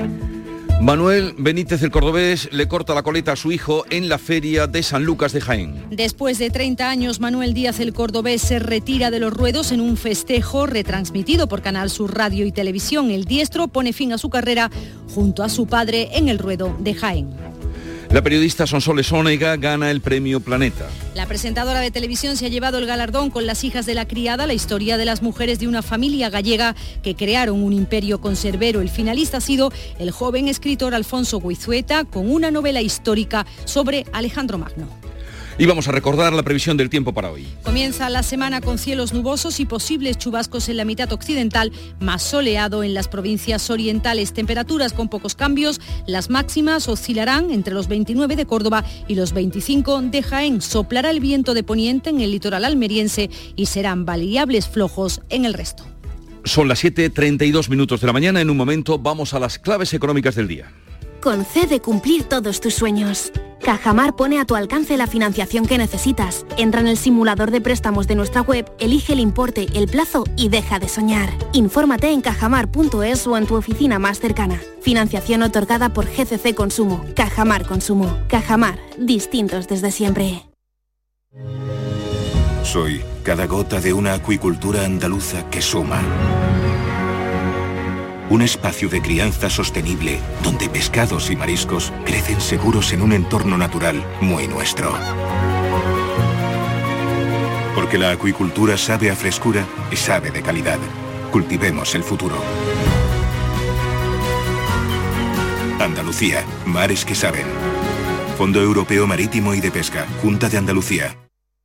Manuel Benítez, el cordobés, le corta la coleta a su hijo en la feria de San Lucas de Jaén. Después de 30 años, Manuel Díaz, el cordobés, se retira de los ruedos en un festejo retransmitido por Canal Sur Radio y Televisión. El diestro pone fin a su carrera junto a su padre en el ruedo de Jaén. La periodista Sonsoles Onega gana el Premio Planeta. La presentadora de televisión se ha llevado el galardón con Las hijas de la criada, la historia de las mujeres de una familia gallega que crearon un imperio conservero. El finalista ha sido el joven escritor Alfonso Goizueta con una novela histórica sobre Alejandro Magno. Y vamos a recordar la previsión del tiempo para hoy. Comienza la semana con cielos nubosos y posibles chubascos en la mitad occidental, más soleado en las provincias orientales. Temperaturas con pocos cambios, las máximas oscilarán entre los 29 de Córdoba y los 25 de Jaén. Soplará el viento de poniente en el litoral almeriense y serán variables flojos en el resto. Son las 7:32 minutos de la mañana. En un momento vamos a las claves económicas del día. Concede cumplir todos tus sueños. Cajamar pone a tu alcance la financiación que necesitas. Entra en el simulador de préstamos de nuestra web, elige el importe, el plazo y deja de soñar. Infórmate en cajamar.es o en tu oficina más cercana. Financiación otorgada por GCC Consumo. Cajamar Consumo. Cajamar, distintos desde siempre. Soy cada gota de una acuicultura andaluza que suma. Un espacio de crianza sostenible donde pescados y mariscos crecen seguros en un entorno natural muy nuestro. Porque la acuicultura sabe a frescura y sabe de calidad. Cultivemos el futuro. Andalucía, mares que saben. Fondo Europeo Marítimo y de Pesca, Junta de Andalucía.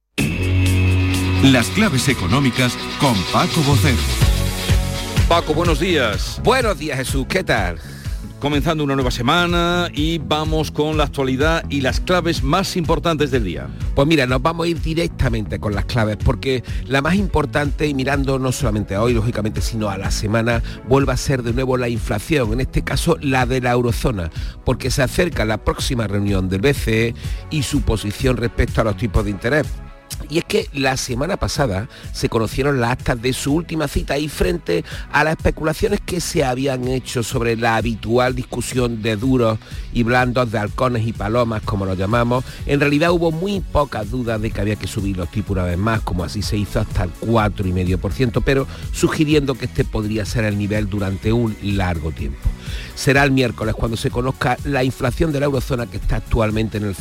Las claves económicas con Paco Bocero. Paco, buenos días. Buenos días, Jesús, ¿qué tal? Comenzando una nueva semana y vamos con la actualidad y las claves más importantes del día. Pues mira, nos vamos a ir directamente con las claves porque la más importante, y mirando no solamente a hoy, lógicamente, sino a la semana, vuelve a ser de nuevo la inflación, en este caso la de la eurozona, porque se acerca la próxima reunión del BCE y su posición respecto a los tipos de interés. Y es que la semana pasada se conocieron las actas de su última cita y frente a las especulaciones que se habían hecho sobre la habitual discusión de duros y blandos, de halcones y palomas, como los llamamos, en realidad hubo muy pocas dudas de que había que subir los tipos una vez más, como así se hizo hasta el 4,5%, pero sugiriendo que este podría ser el nivel durante un largo tiempo. Será el miércoles cuando se conozca la inflación de la eurozona, que está actualmente en el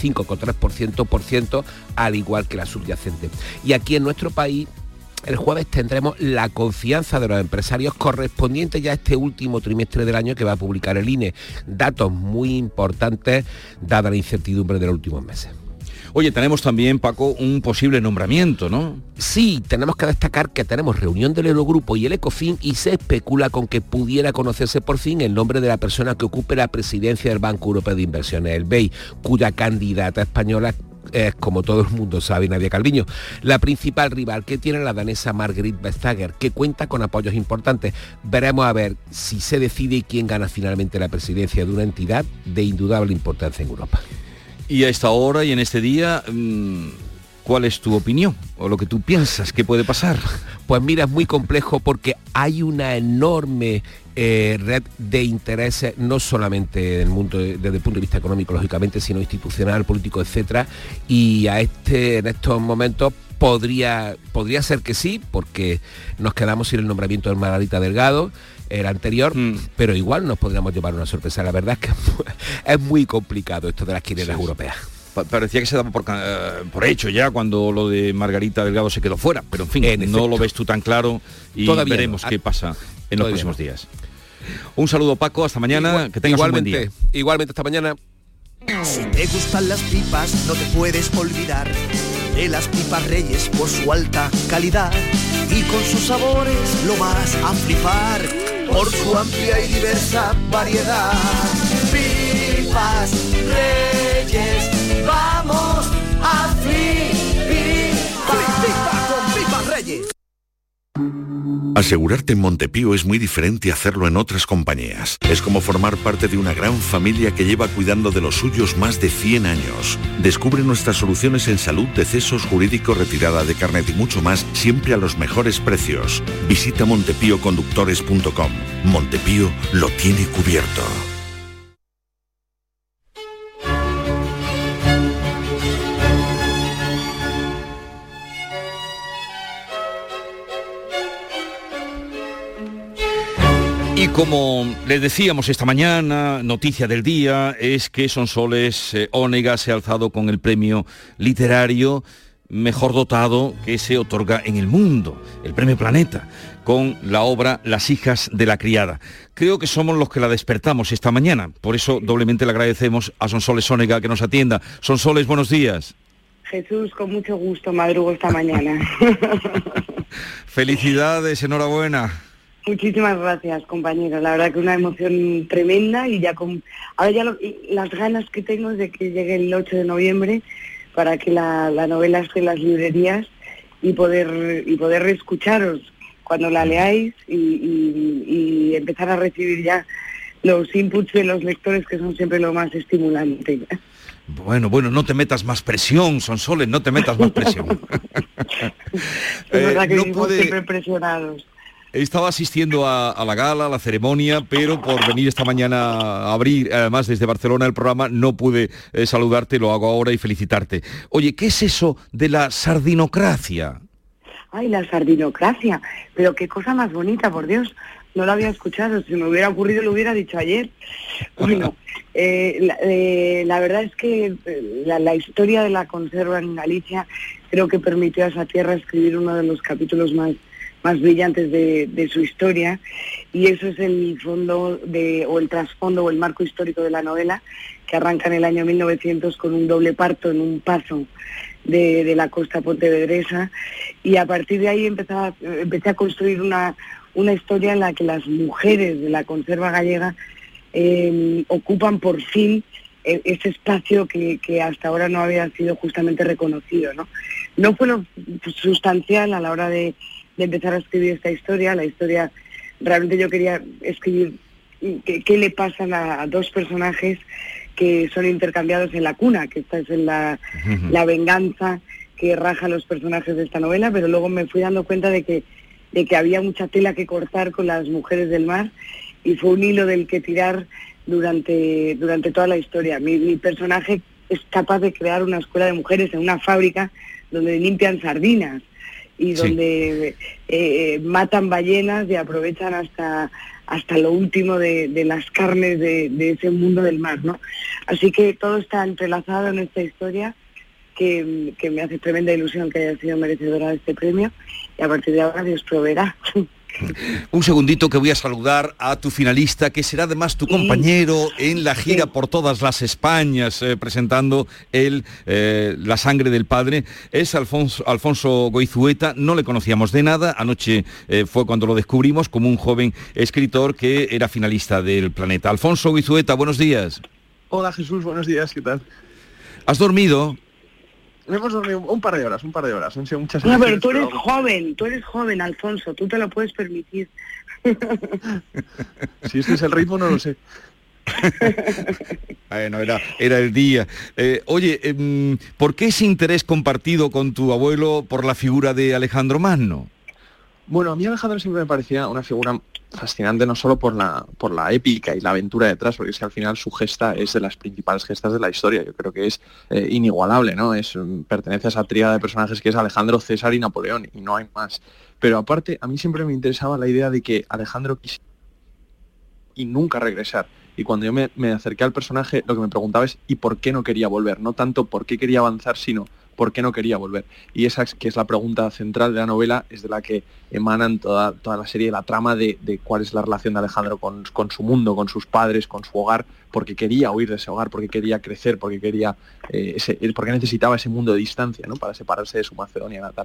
5,3%, al igual que la subyacente. Y aquí en nuestro país, el jueves tendremos la confianza de los empresarios correspondiente ya a este último trimestre del año que va a publicar el INE. Datos muy importantes dada la incertidumbre de los últimos meses. Oye, tenemos también, Paco, un posible nombramiento, ¿no? Sí, tenemos que destacar que tenemos reunión del Eurogrupo y el Ecofin y se especula con que pudiera conocerse por fin el nombre de la persona que ocupe la presidencia del Banco Europeo de Inversiones, el BEI, cuya candidata española es, como todo el mundo sabe, Nadia Calviño. La principal rival que tiene la danesa Margrethe Vestager, que cuenta con apoyos importantes. Veremos a ver si se decide quién gana finalmente la presidencia de una entidad de indudable importancia en Europa. Y a esta hora y en este día, ¿cuál es tu opinión o lo que tú piensas que puede pasar? Pues mira, es muy complejo porque hay una enorme red de intereses, no solamente del mundo, desde el punto de vista económico, lógicamente, sino institucional, político, etcétera. Y en estos momentos podría ser que sí, porque nos quedamos sin el nombramiento de Margarita Delgado, el anterior, pero igual nos podríamos llevar una sorpresa. La verdad es que es muy complicado esto de las quinielas europeas. Parecía que se daba por hecho ya cuando lo de Margarita Delgado se quedó fuera, pero en fin, no lo ves tú tan claro y todavía veremos qué pasa en los próximos días. Un saludo, Paco, hasta mañana, que tengas un buen día. Igualmente, hasta mañana. Si te gustan las pipas, no te puedes olvidar de las pipas Reyes por su alta calidad y con sus sabores lo vas a flipar por su amplia y diversa variedad. Pipas Reyes, vamos a flipar con Pipas Reyes. Asegurarte en Montepío es muy diferente a hacerlo en otras compañías. Es como formar parte de una gran familia que lleva cuidando de los suyos más de 100 años. Descubre nuestras soluciones en salud, decesos, jurídico, retirada de carnet y mucho más, siempre a los mejores precios. Visita montepíoconductores.com. Montepío lo tiene cubierto. Y como les decíamos esta mañana, noticia del día es que Sonsoles Onega se ha alzado con el premio literario mejor dotado que se otorga en el mundo, el premio Planeta, con la obra Las hijas de la criada. Creo que somos los que la despertamos esta mañana, por eso doblemente le agradecemos a Sonsoles Onega que nos atienda. Sonsoles, buenos días. Jesús, con mucho gusto madrugo esta mañana. Felicidades, enhorabuena. Muchísimas gracias, compañero. La verdad que una emoción tremenda y las ganas que tengo es de que llegue el 8 de noviembre para que la novela esté en las librerías y poder escucharos cuando la leáis y empezar a recibir ya los inputs de los lectores, que son siempre lo más estimulante. Bueno, no te metas más presión, Sonsoles, no te metas más presión. Es verdad que vivimos siempre presionados. Estaba asistiendo a la gala, a la ceremonia, pero por venir esta mañana a abrir, además desde Barcelona, el programa, no pude saludarte, lo hago ahora y felicitarte. Oye, ¿qué es eso de la sardinocracia? Ay, la sardinocracia, pero qué cosa más bonita, por Dios, no lo había escuchado, si me hubiera ocurrido lo hubiera dicho ayer. Bueno, la verdad es que la historia de la conserva en Galicia creo que permitió a esa tierra escribir uno de los capítulos más brillantes de su historia, y eso es el fondo o el trasfondo o el marco histórico de la novela, que arranca en el año 1900 con un doble parto en un pazo de la costa pontevedresa, y a partir de ahí empecé a construir una historia en la que las mujeres de la conserva gallega ocupan por fin ese espacio que hasta ahora no había sido justamente reconocido, ¿no? No fue lo sustancial a la hora de empezar a escribir esta historia. La historia, realmente yo quería escribir qué le pasan a dos personajes que son intercambiados en la cuna, que esta es la venganza que raja los personajes de esta novela, pero luego me fui dando cuenta de que había mucha tela que cortar con las mujeres del mar, y fue un hilo del que tirar durante toda la historia. Mi personaje es capaz de crear una escuela de mujeres en una fábrica donde limpian sardinas y donde matan ballenas y aprovechan hasta lo último de las carnes de ese mundo del mar, ¿no? Así que todo está entrelazado en esta historia que me hace tremenda ilusión que haya sido merecedora de este premio, y a partir de ahora Dios proveerá. Un segundito, que voy a saludar a tu finalista, que será además tu compañero en la gira por todas las Españas, presentando La sangre del padre. Es Alfonso Goizueta. No le conocíamos de nada. Anoche fue cuando lo descubrimos como un joven escritor que era finalista del Planeta. Alfonso Goizueta, buenos días. Hola Jesús, buenos días, ¿qué tal? ¿Has dormido? Hemos dormido un par de horas. Han sido muchas horas. No, pero tú eres joven, Alfonso, tú te lo puedes permitir. Si este es el ritmo, no lo sé. Bueno, era el día. Oye, ¿por qué ese interés compartido con tu abuelo por la figura de Alejandro Magno? Bueno, a mí Alejandro siempre me parecía una figura fascinante, no solo por la épica y la aventura detrás, porque es que al final su gesta es de las principales gestas de la historia. Yo creo que es inigualable, ¿no? Pertenece a esa tríada de personajes que es Alejandro, César y Napoleón, y no hay más. Pero aparte, a mí siempre me interesaba la idea de que Alejandro quisiera y nunca regresar. Y cuando yo me acerqué al personaje, lo que me preguntaba es ¿y por qué no quería volver? No tanto por qué quería avanzar, sino ¿por qué no quería volver? Y esa, que es la pregunta central de la novela, es de la que emanan toda la serie, la trama de cuál es la relación de Alejandro con su mundo, con sus padres, con su hogar, porque quería huir de ese hogar, porque quería crecer, porque quería porque necesitaba ese mundo de distancia, ¿no? Para separarse de su Macedonia natal.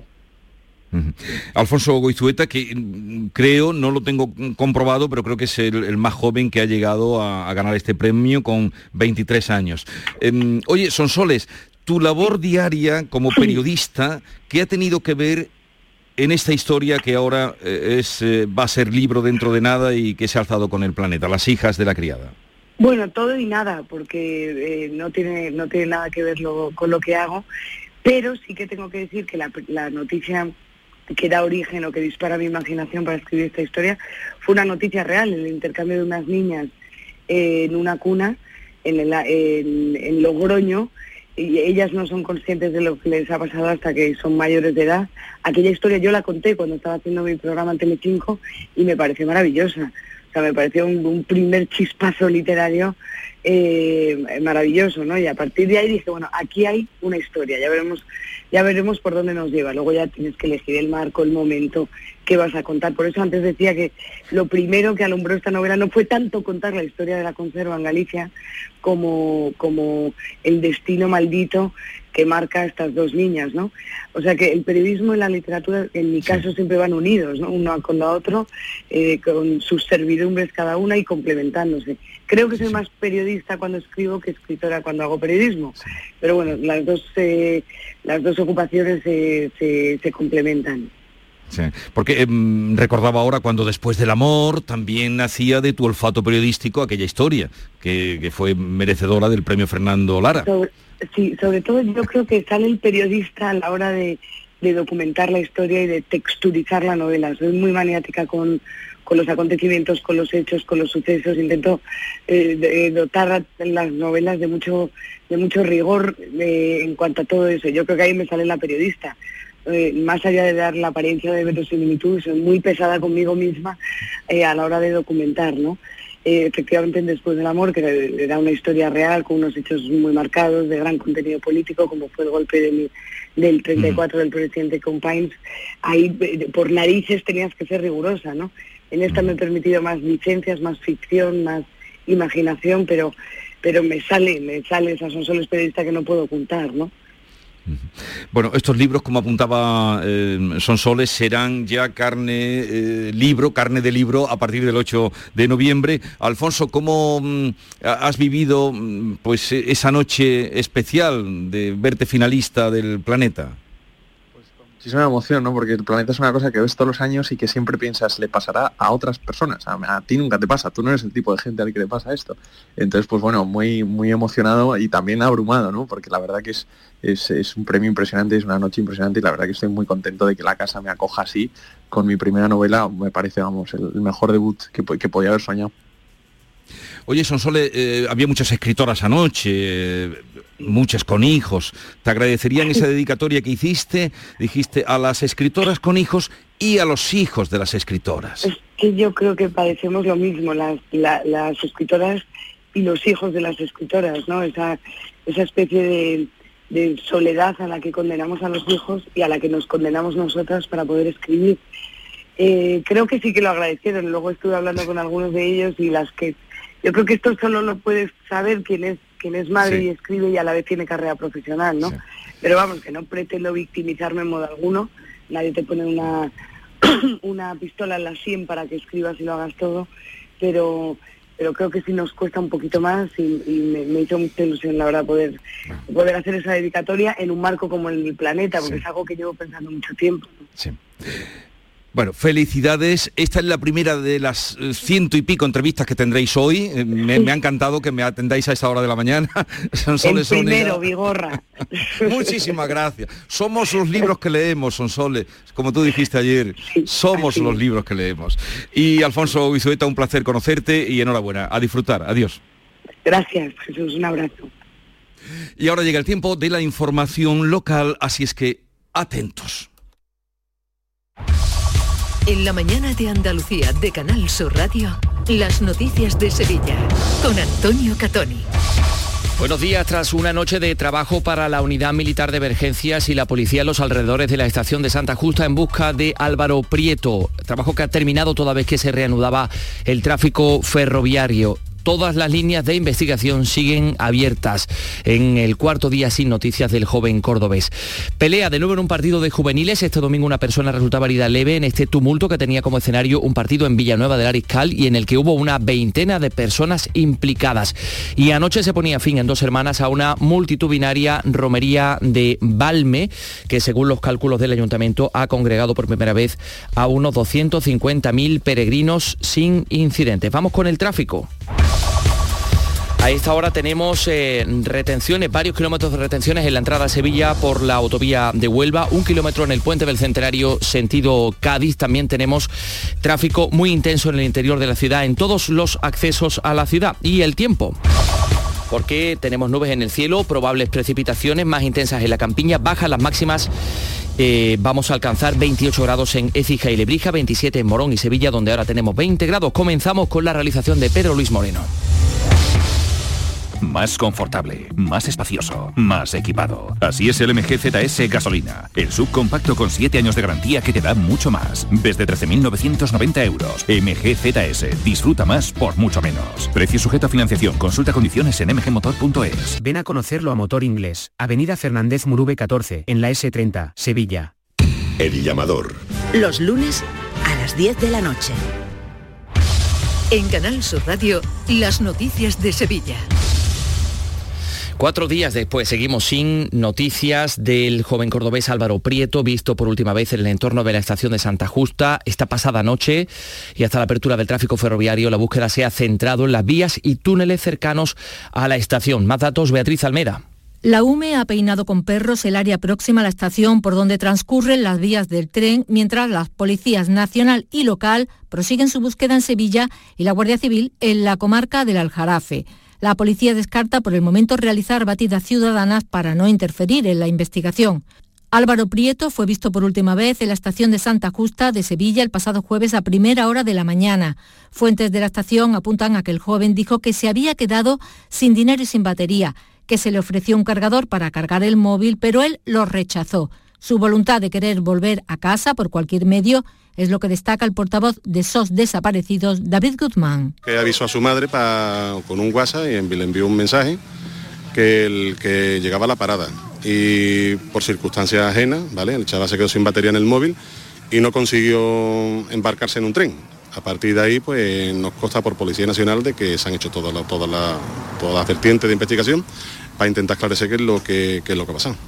Alfonso Goizueta, que creo, no lo tengo comprobado, pero creo que es el más joven que ha llegado a ganar este premio con 23 años. Oye, Sonsoles, tu labor diaria como periodista, ¿qué ha tenido que ver en esta historia que ahora va a ser libro dentro de nada y que se ha alzado con el Planeta, Las hijas de la criada? Bueno, todo y nada, porque no tiene nada que ver con lo que hago, pero sí que tengo que decir que la noticia que da origen o que dispara mi imaginación para escribir esta historia fue una noticia real, el intercambio de unas niñas en una cuna en Logroño, y ellas no son conscientes de lo que les ha pasado hasta que son mayores de edad. Aquella historia yo la conté cuando estaba haciendo mi programa en Telecinco y me pareció maravillosa. O sea, me pareció un primer chispazo literario maravilloso, ¿no? Y a partir de ahí dije, bueno, aquí hay una historia, ya veremos por dónde nos lleva. Luego ya tienes que elegir el marco, el momento que vas a contar. Por eso antes decía que lo primero que alumbró esta novela no fue tanto contar la historia de la conserva en Galicia como el destino maldito que marca a estas dos niñas, ¿no? O sea que el periodismo y la literatura, en mi caso, siempre van unidos, ¿no? Uno con la otro, con sus servidumbres cada una y complementándose. Creo que soy más periodista cuando escribo que escritora cuando hago periodismo, pero bueno, las dos ocupaciones se complementan. Sí, porque recordaba ahora cuando Después del amor también nacía de tu olfato periodístico aquella historia, que fue merecedora del premio Fernando Lara. Sobre todo yo creo que sale el periodista a la hora de documentar la historia y de texturizar la novela. Soy muy maniática con los acontecimientos, con los hechos, con los sucesos. Intento dotar las novelas de mucho rigor en cuanto a todo eso. Yo creo que ahí me sale la periodista. Más allá de dar la apariencia de verosimilitud, soy muy pesada conmigo misma a la hora de documentar, ¿no? Efectivamente, Después del amor, que era una historia real, con unos hechos muy marcados, de gran contenido político, como fue el golpe del 34 del presidente Companys, ahí por narices tenías que ser rigurosa, ¿no? En esta me he permitido más licencias, más ficción, más imaginación, pero me sale esa Sonsoles periodista que no puedo ocultar, ¿no? Bueno, estos libros, como apuntaba Sonsoles, serán ya carne de libro a partir del 8 de noviembre. Alfonso, ¿cómo has vivido pues esa noche especial de verte finalista del Planeta? Pues con mis muchísima emoción, ¿no? Porque el planeta es una cosa que ves todos los años y que siempre piensas, le pasará a otras personas. A ti nunca te pasa, tú no eres el tipo de gente al que le pasa esto. Entonces, pues bueno, muy, muy emocionado y también abrumado, ¿no? Porque la verdad que es un premio impresionante, es una noche impresionante y la verdad que estoy muy contento de que la casa me acoja así con mi primera novela. Me parece, vamos, el mejor debut que podía haber soñado. Oye, Sonsole, había muchas escritoras anoche, muchas con hijos. ¿Te agradecerían esa dedicatoria que hiciste? Dijiste a las escritoras con hijos y a los hijos de las escritoras. Es que yo creo que padecemos lo mismo, las escritoras y los hijos de las escritoras, ¿no? Esa especie de soledad a la que condenamos a los hijos y a la que nos condenamos nosotras para poder escribir. Creo que sí que lo agradecieron. Luego estuve hablando con algunos de ellos y yo creo que esto solo lo puede saber quien es madre y escribe y a la vez tiene carrera profesional, ¿no? Sí. Pero vamos, que no pretendo victimizarme en modo alguno. Nadie te pone una pistola en la sien para que escribas y lo hagas todo, pero creo que sí nos cuesta un poquito más y me hizo mucha ilusión, la verdad, poder hacer esa dedicatoria en un marco como el Planeta, porque es algo que llevo pensando mucho tiempo, ¿no? Sí. Bueno, felicidades. Esta es la primera de las 100 y pico entrevistas que tendréis hoy. Me ha encantado que me atendáis a esta hora de la mañana. El primero, Vigorra. Muchísimas gracias. Somos los libros que leemos, Sonsole. Como tú dijiste ayer, somos los libros que leemos. Y Alfonso Bizueta, un placer conocerte y enhorabuena. A disfrutar. Adiós. Gracias, Jesús. Un abrazo. Y ahora llega el tiempo de la información local, así es que atentos. En la mañana de Andalucía de Canal Sur Radio, las noticias de Sevilla, con Antonio Catoni. Buenos días. Tras una noche de trabajo para la Unidad Militar de Emergencias y la policía en los alrededores de la estación de Santa Justa en busca de Álvaro Prieto, trabajo que ha terminado toda vez que se reanudaba el tráfico ferroviario. Todas las líneas de investigación siguen abiertas en el cuarto día sin noticias del joven cordobés. Pelea de nuevo en un partido de juveniles. Este domingo una persona resultaba herida leve en este tumulto que tenía como escenario un partido en Villanueva del Ariscal y en el que hubo una veintena de personas implicadas. Y anoche se ponía fin en Dos Hermanas a una multitudinaria romería de Valme que, según los cálculos del ayuntamiento, ha congregado por primera vez a unos 250.000 peregrinos sin incidentes. Vamos con el tráfico. A esta hora tenemos retenciones, varios kilómetros de retenciones en la entrada a Sevilla por la autovía de Huelva, 1 kilómetro en el puente del Centenario sentido Cádiz. También tenemos tráfico muy intenso en el interior de la ciudad, en todos los accesos a la ciudad. Y el tiempo, porque tenemos nubes en el cielo, probables precipitaciones más intensas en la campiña, bajan las máximas. Vamos a alcanzar 28 grados en Écija y Lebrija, 27 en Morón y Sevilla, donde ahora tenemos 20 grados. Comenzamos con la realización de Pedro Luis Moreno. Más confortable, más espacioso, más equipado. Así es el MG ZS Gasolina. El subcompacto con 7 años de garantía que te da mucho más. Desde 13.990 euros. MG ZS. Disfruta más por mucho menos. Precio sujeto a financiación. Consulta condiciones en mgmotor.es. Ven a conocerlo a Motor Inglés. Avenida Fernández Murube 14, en la S30, Sevilla. El llamador. Los lunes a las 10 de la noche. En Canal Sur Radio, las noticias de Sevilla. 4 días después seguimos sin noticias del joven cordobés Álvaro Prieto, visto por última vez en el entorno de la estación de Santa Justa esta pasada noche, y hasta la apertura del tráfico ferroviario la búsqueda se ha centrado en las vías y túneles cercanos a la estación. Más datos, Beatriz Almeda. La UME ha peinado con perros el área próxima a la estación por donde transcurren las vías del tren, mientras las policías nacional y local prosiguen su búsqueda en Sevilla y la Guardia Civil en la comarca del Aljarafe. La policía descarta por el momento realizar batidas ciudadanas para no interferir en la investigación. Álvaro Prieto fue visto por última vez en la estación de Santa Justa de Sevilla el pasado jueves a primera hora de la mañana. Fuentes de la estación apuntan a que el joven dijo que se había quedado sin dinero y sin batería, que se le ofreció un cargador para cargar el móvil, pero él lo rechazó. Su voluntad de querer volver a casa por cualquier medio es lo que destaca el portavoz de SOS Desaparecidos, David Guzmán. Que avisó a su madre con un WhatsApp y le envió un mensaje que llegaba a la parada. Y por circunstancias ajenas, ¿vale? El chaval se quedó sin batería en el móvil y no consiguió embarcarse en un tren. A partir de ahí, pues nos consta por Policía Nacional de que se han hecho todas las vertientes de investigación para intentar esclarecer qué es lo que ha pasado.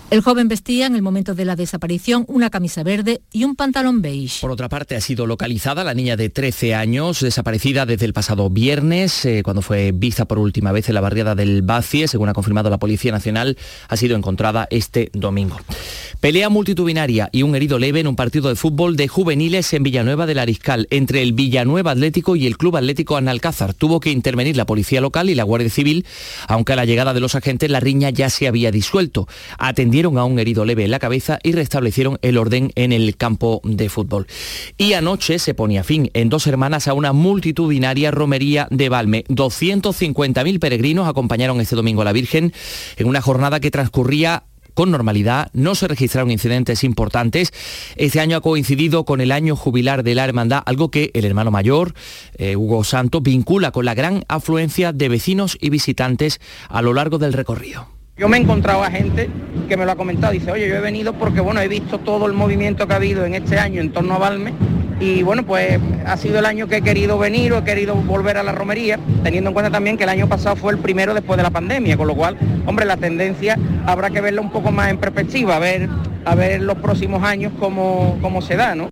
El joven vestía en el momento de la desaparición una camisa verde y un pantalón beige. Por otra parte, ha sido localizada la niña de 13 años, desaparecida desde el pasado viernes, cuando fue vista por última vez en la barriada del Bacie. Según ha confirmado la Policía Nacional, ha sido encontrada este domingo. Pelea multitudinaria y un herido leve en un partido de fútbol de juveniles en Villanueva del Ariscal, entre el Villanueva Atlético y el Club Atlético Analcázar. Tuvo que intervenir la Policía Local y la Guardia Civil, aunque a la llegada de los agentes la riña ya se había disuelto. Atendieron a un herido leve en la cabeza y restablecieron el orden en el campo de fútbol. Y anoche se ponía fin en Dos Hermanas a una multitudinaria romería de Valme. 250.000 peregrinos acompañaron este domingo a la Virgen en una jornada que transcurría con normalidad. No se registraron incidentes importantes. Este año ha coincidido con el año jubilar de la hermandad, algo que el hermano mayor, Hugo Santos, vincula con la gran afluencia de vecinos y visitantes a lo largo del recorrido. Yo me he encontrado a gente que me lo ha comentado, dice, oye, yo he venido porque, bueno, he visto todo el movimiento que ha habido en este año en torno a Valme y, bueno, pues ha sido el año que he querido venir o he querido volver a la romería, teniendo en cuenta también que el año pasado fue el primero después de la pandemia, con lo cual, hombre, la tendencia habrá que verla un poco más en perspectiva, a ver los próximos años cómo se da, ¿no?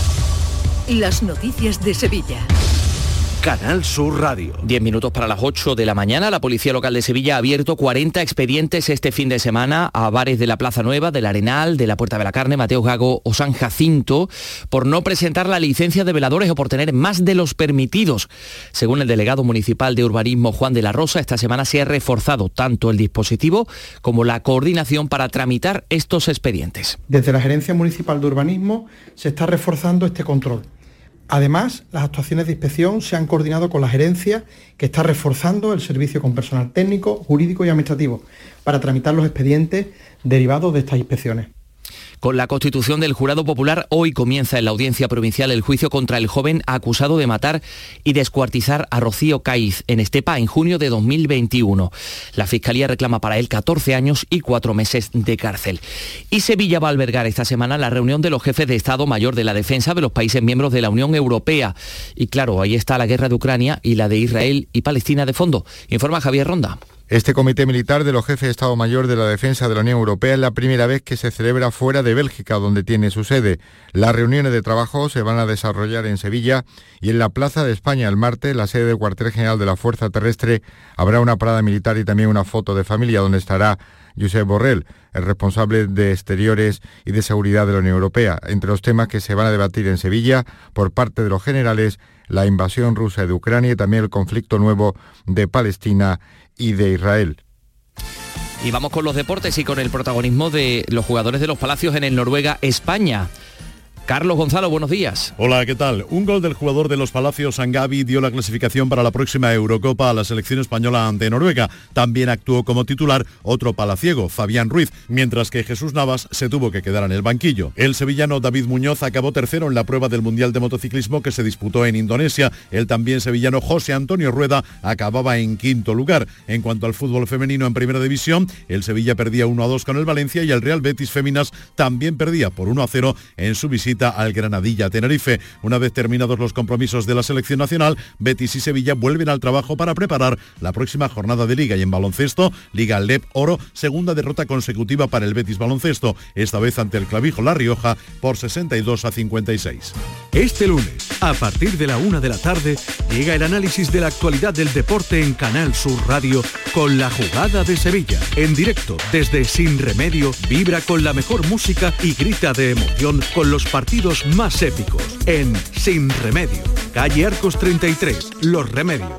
Las noticias de Sevilla. Canal Sur Radio. 10 minutos para las 8 de la mañana. La Policía Local de Sevilla ha abierto 40 expedientes este fin de semana a bares de la Plaza Nueva, del Arenal, de la Puerta de la Carne, Mateo Gago o San Jacinto, por no presentar la licencia de veladores o por tener más de los permitidos. Según el delegado municipal de urbanismo, Juan de la Rosa, esta semana se ha reforzado tanto el dispositivo como la coordinación para tramitar estos expedientes. Desde la Gerencia Municipal de Urbanismo se está reforzando este control. Además, las actuaciones de inspección se han coordinado con la gerencia, que está reforzando el servicio con personal técnico, jurídico y administrativo para tramitar los expedientes derivados de estas inspecciones. Con la constitución del jurado popular, hoy comienza en la Audiencia Provincial el juicio contra el joven acusado de matar y descuartizar a Rocío Cáiz en Estepa en junio de 2021. La Fiscalía reclama para él 14 años y 4 meses de cárcel. Y Sevilla va a albergar esta semana la reunión de los jefes de Estado Mayor de la Defensa de los países miembros de la Unión Europea. Y claro, ahí está la guerra de Ucrania y la de Israel y Palestina de fondo. Informa Javier Ronda. Este comité militar de los jefes de Estado Mayor de la Defensa de la Unión Europea es la primera vez que se celebra fuera de Bélgica, donde tiene su sede. Las reuniones de trabajo se van a desarrollar en Sevilla y en la Plaza de España el martes, la sede del cuartel general de la Fuerza Terrestre, habrá una parada militar y también una foto de familia donde estará Josep Borrell, el responsable de Exteriores y de Seguridad de la Unión Europea. Entre los temas que se van a debatir en Sevilla por parte de los generales, la invasión rusa de Ucrania y también el conflicto nuevo de Palestina y de Israel. Y vamos con los deportes y con el protagonismo de los jugadores de los Palacios en el Noruega-España. Carlos Gonzalo, buenos días. Hola, ¿qué tal? Un gol del jugador de los Palacios, Sangabi, dio la clasificación para la próxima Eurocopa a la selección española ante Noruega. También actuó como titular otro palaciego, Fabián Ruiz, mientras que Jesús Navas se tuvo que quedar en el banquillo. El sevillano David Muñoz acabó tercero en la prueba del Mundial de Motociclismo que se disputó en Indonesia. El también sevillano José Antonio Rueda acababa en quinto lugar. En cuanto al fútbol femenino en Primera División, el Sevilla perdía 1-2 con el Valencia y el Real Betis Féminas también perdía por 1-0 en su visita al Granadilla Tenerife. Una vez terminados los compromisos de la selección nacional, Betis y Sevilla vuelven al trabajo para preparar la próxima jornada de Liga. Y en baloncesto, Liga Leb Oro, segunda derrota consecutiva para el Betis Baloncesto, esta vez ante el Clavijo La Rioja por 62-56. Este lunes, a partir de la 1 de la tarde, llega el análisis de la actualidad del deporte en Canal Sur Radio con La Jugada de Sevilla. En directo, desde Sin Remedio, vibra con la mejor música y grita de emoción con los partidos más épicos. En Sin Remedio, calle Arcos 33, Los Remedios.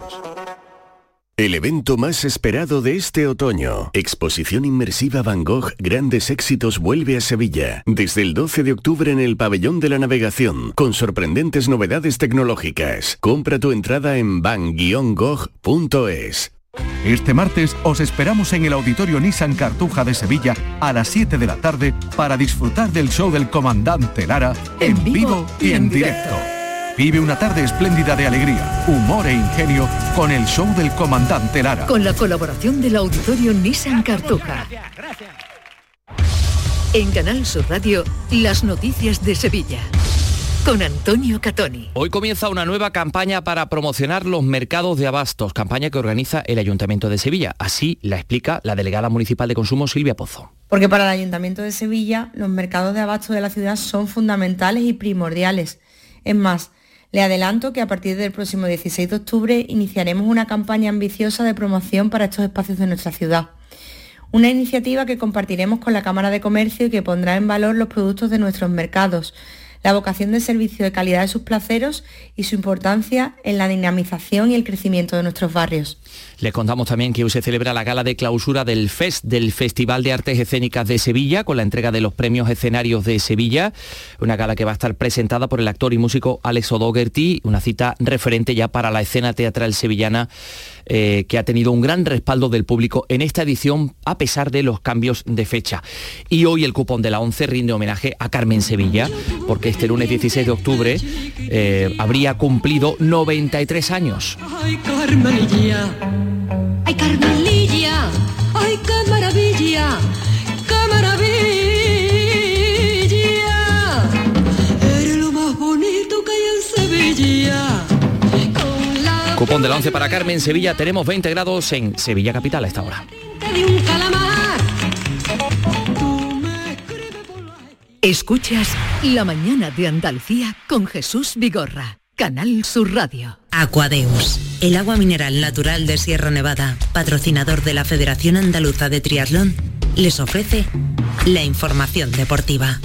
El evento más esperado de este otoño, Exposición Inmersiva Van Gogh Grandes Éxitos, vuelve a Sevilla. Desde el 12 de octubre en el Pabellón de la Navegación, con sorprendentes novedades tecnológicas. Compra tu entrada en van-gogh.es. Este martes os esperamos en el Auditorio Nissan Cartuja de Sevilla a las 7 de la tarde para disfrutar del show del Comandante Lara en vivo y en directo. Vive una tarde espléndida de alegría, humor e ingenio con el show del Comandante Lara. Con la colaboración del Auditorio Nissan Cartuja. En Canal Sur Radio, las noticias de Sevilla. con Antonio Catoni. Hoy comienza una nueva campaña para promocionar los mercados de abastos, campaña que organiza el Ayuntamiento de Sevilla. Así la explica la delegada municipal de Consumo, Silvia Pozo. Porque para el Ayuntamiento de Sevilla los mercados de abastos de la ciudad son fundamentales y primordiales. Es más, le adelanto que a partir del próximo 16 de octubre iniciaremos una campaña ambiciosa de promoción para estos espacios de nuestra ciudad. Una iniciativa que compartiremos con la Cámara de Comercio y que pondrá en valor los productos de nuestros mercados, la vocación de servicio de calidad de sus placeros y su importancia en la dinamización y el crecimiento de nuestros barrios. Les contamos también que hoy se celebra la gala de clausura del FES, del Festival de Artes Escénicas de Sevilla, con la entrega de los premios escenarios de Sevilla, una gala que va a estar presentada por el actor y músico Alex O'Doherty, una cita referente ya para la escena teatral sevillana, que ha tenido un gran respaldo del público en esta edición a pesar de los cambios de fecha. Y hoy el cupón de la 11 rinde homenaje a Carmen Sevilla, porque este lunes 16 de octubre habría cumplido 93 años. Ay, Carmenilla, ay, Carmelilla, ay, qué maravilla, qué maravilla. Eres lo más bonito que hay en Sevilla. Cupón de la 11 para Carmen Sevilla. Tenemos 20 grados en Sevilla capital a esta hora. Escuchas La Mañana de Andalucía con Jesús Vigorra, Canal Sur Radio. Aquadeus, el agua mineral natural de Sierra Nevada, patrocinador de la Federación Andaluza de Triatlón, les ofrece la información deportiva.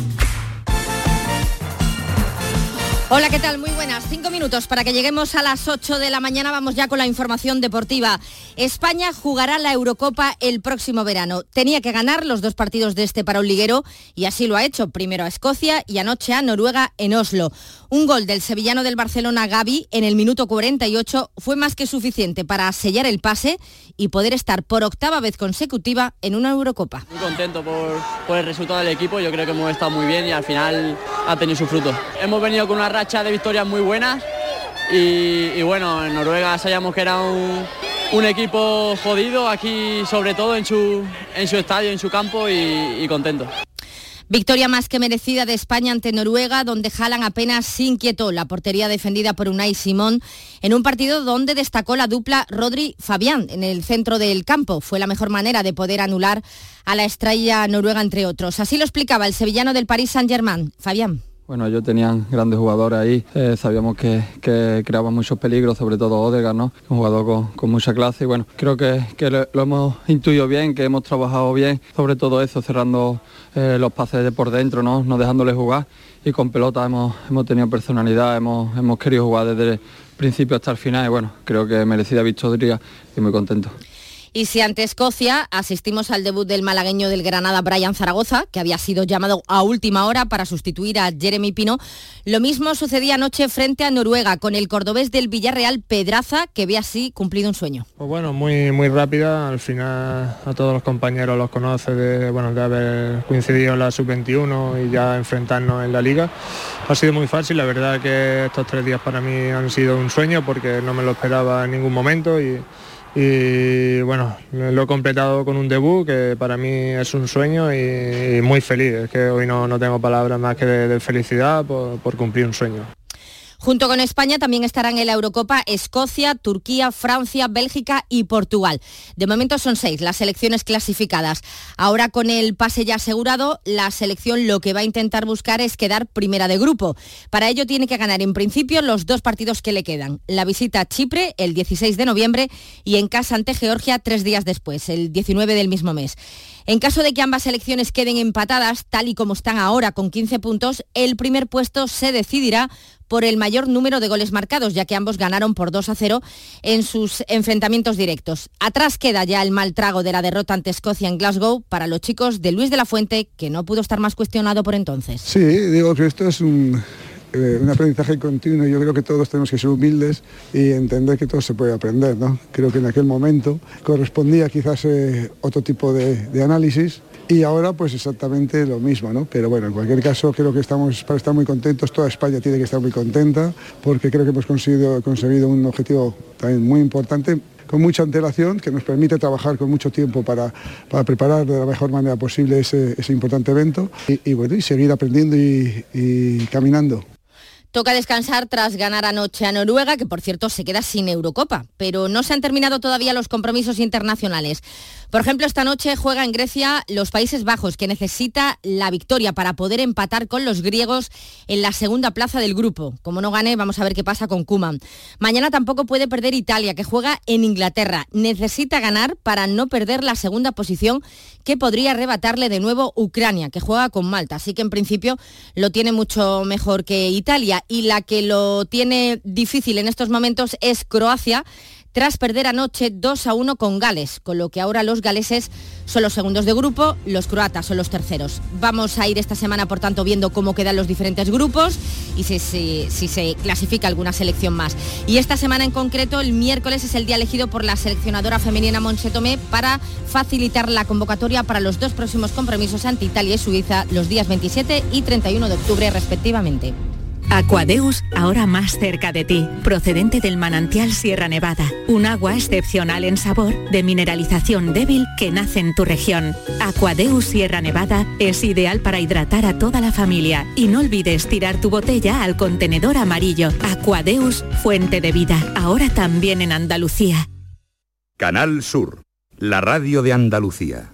Hola, ¿qué tal? Muy buenas. 5 minutos para que lleguemos a las 8 de la mañana. Vamos ya con la información deportiva. España jugará la Eurocopa el próximo verano. Tenía que ganar los 2 partidos de este para un liguero y así lo ha hecho. Primero a Escocia y anoche a Noruega en Oslo. Un gol del sevillano del Barcelona, Gavi, en el minuto 48 fue más que suficiente para sellar el pase y poder estar por 8ª vez consecutiva en una Eurocopa. Muy contento por el resultado del equipo. Yo creo que hemos estado muy bien y al final ha tenido su fruto. Hemos venido con una racha de victorias muy buenas y bueno, en Noruega sabíamos que era un equipo jodido, aquí sobre todo en su estadio, en su campo y contento. Victoria más que merecida de España ante Noruega, donde Haaland apenas se inquietó, la portería defendida por Unai Simón, en un partido donde destacó la dupla Rodri-Fabián en el centro del campo. Fue la mejor manera de poder anular a la estrella noruega, entre otros. Así lo explicaba el sevillano del Paris Saint-Germain, Fabián. Bueno, ellos tenían grandes jugadores ahí, sabíamos que creaban muchos peligros, sobre todo Odegaard, ¿no? Un jugador con mucha clase y bueno, creo que lo hemos intuido bien, que hemos trabajado bien, sobre todo eso, cerrando los pases de por dentro, no dejándole jugar y con pelota hemos tenido personalidad, hemos querido jugar desde el principio hasta el final y bueno, creo que merecida victoria y muy contento. Y si ante Escocia asistimos al debut del malagueño del Granada, Brian Zaragoza, que había sido llamado a última hora para sustituir a Jeremy Pino, lo mismo sucedía anoche frente a Noruega con el cordobés del Villarreal, Pedraza, que ve así cumplido un sueño. Pues bueno, muy rápida, al final a todos los compañeros los conoce de haber coincidido en la Sub-21 y ya enfrentarnos en la Liga. Ha sido muy fácil, la verdad que estos 3 días para mí han sido un sueño porque no me lo esperaba en ningún momento y bueno, lo he completado con un debut que para mí es un sueño y muy feliz. Es que hoy no tengo palabras más que de felicidad por cumplir un sueño. Junto con España también estarán en la Eurocopa Escocia, Turquía, Francia, Bélgica y Portugal. De momento son 6 las selecciones clasificadas. Ahora con el pase ya asegurado, la selección lo que va a intentar buscar es quedar primera de grupo. Para ello tiene que ganar en principio los 2 partidos que le quedan. La visita a Chipre el 16 de noviembre y en casa ante Georgia 3 días después, el 19 del mismo mes. En caso de que ambas selecciones queden empatadas, tal y como están ahora con 15 puntos, el primer puesto se decidirá por el mayor número de goles marcados, ya que ambos ganaron por 2-0 en sus enfrentamientos directos. Atrás queda ya el mal trago de la derrota ante Escocia en Glasgow para los chicos de Luis de la Fuente, que no pudo estar más cuestionado por entonces. Sí, digo que esto es un aprendizaje continuo. Yo creo que todos tenemos que ser humildes y entender que todo se puede aprender, ¿no? Creo que en aquel momento correspondía quizás otro tipo de análisis y ahora pues exactamente lo mismo, ¿no? Pero bueno, en cualquier caso creo que estamos para estar muy contentos, toda España tiene que estar muy contenta porque creo que hemos conseguido un objetivo también muy importante, con mucha antelación, que nos permite trabajar con mucho tiempo para preparar de la mejor manera posible ese importante evento y bueno, y seguir aprendiendo y caminando. Toca descansar tras ganar anoche a Noruega, que por cierto se queda sin Eurocopa, pero no se han terminado todavía los compromisos internacionales. Por ejemplo, esta noche juega en Grecia los Países Bajos, que necesita la victoria para poder empatar con los griegos en la segunda plaza del grupo. Como no gane, vamos a ver qué pasa con Koeman. Mañana tampoco puede perder Italia, que juega en Inglaterra. Necesita ganar para no perder la segunda posición, que podría arrebatarle de nuevo Ucrania, que juega con Malta. Así que en principio lo tiene mucho mejor que Italia. Y la que lo tiene difícil en estos momentos es Croacia, tras perder anoche 2-1 con Gales, con lo que ahora los galeses son los segundos de grupo, los croatas son los terceros. Vamos a ir esta semana, por tanto, viendo cómo quedan los diferentes grupos y si se clasifica alguna selección más. Y esta semana en concreto, el miércoles, es el día elegido por la seleccionadora femenina Montse Tomé para facilitar la convocatoria para los 2 próximos compromisos ante Italia y Suiza, los días 27 y 31 de octubre respectivamente. Aquadeus, ahora más cerca de ti, procedente del manantial Sierra Nevada, un agua excepcional en sabor, de mineralización débil que nace en tu región. Aquadeus Sierra Nevada es ideal para hidratar a toda la familia y no olvides tirar tu botella al contenedor amarillo. Aquadeus, fuente de vida, ahora también en Andalucía. Canal Sur, la radio de Andalucía.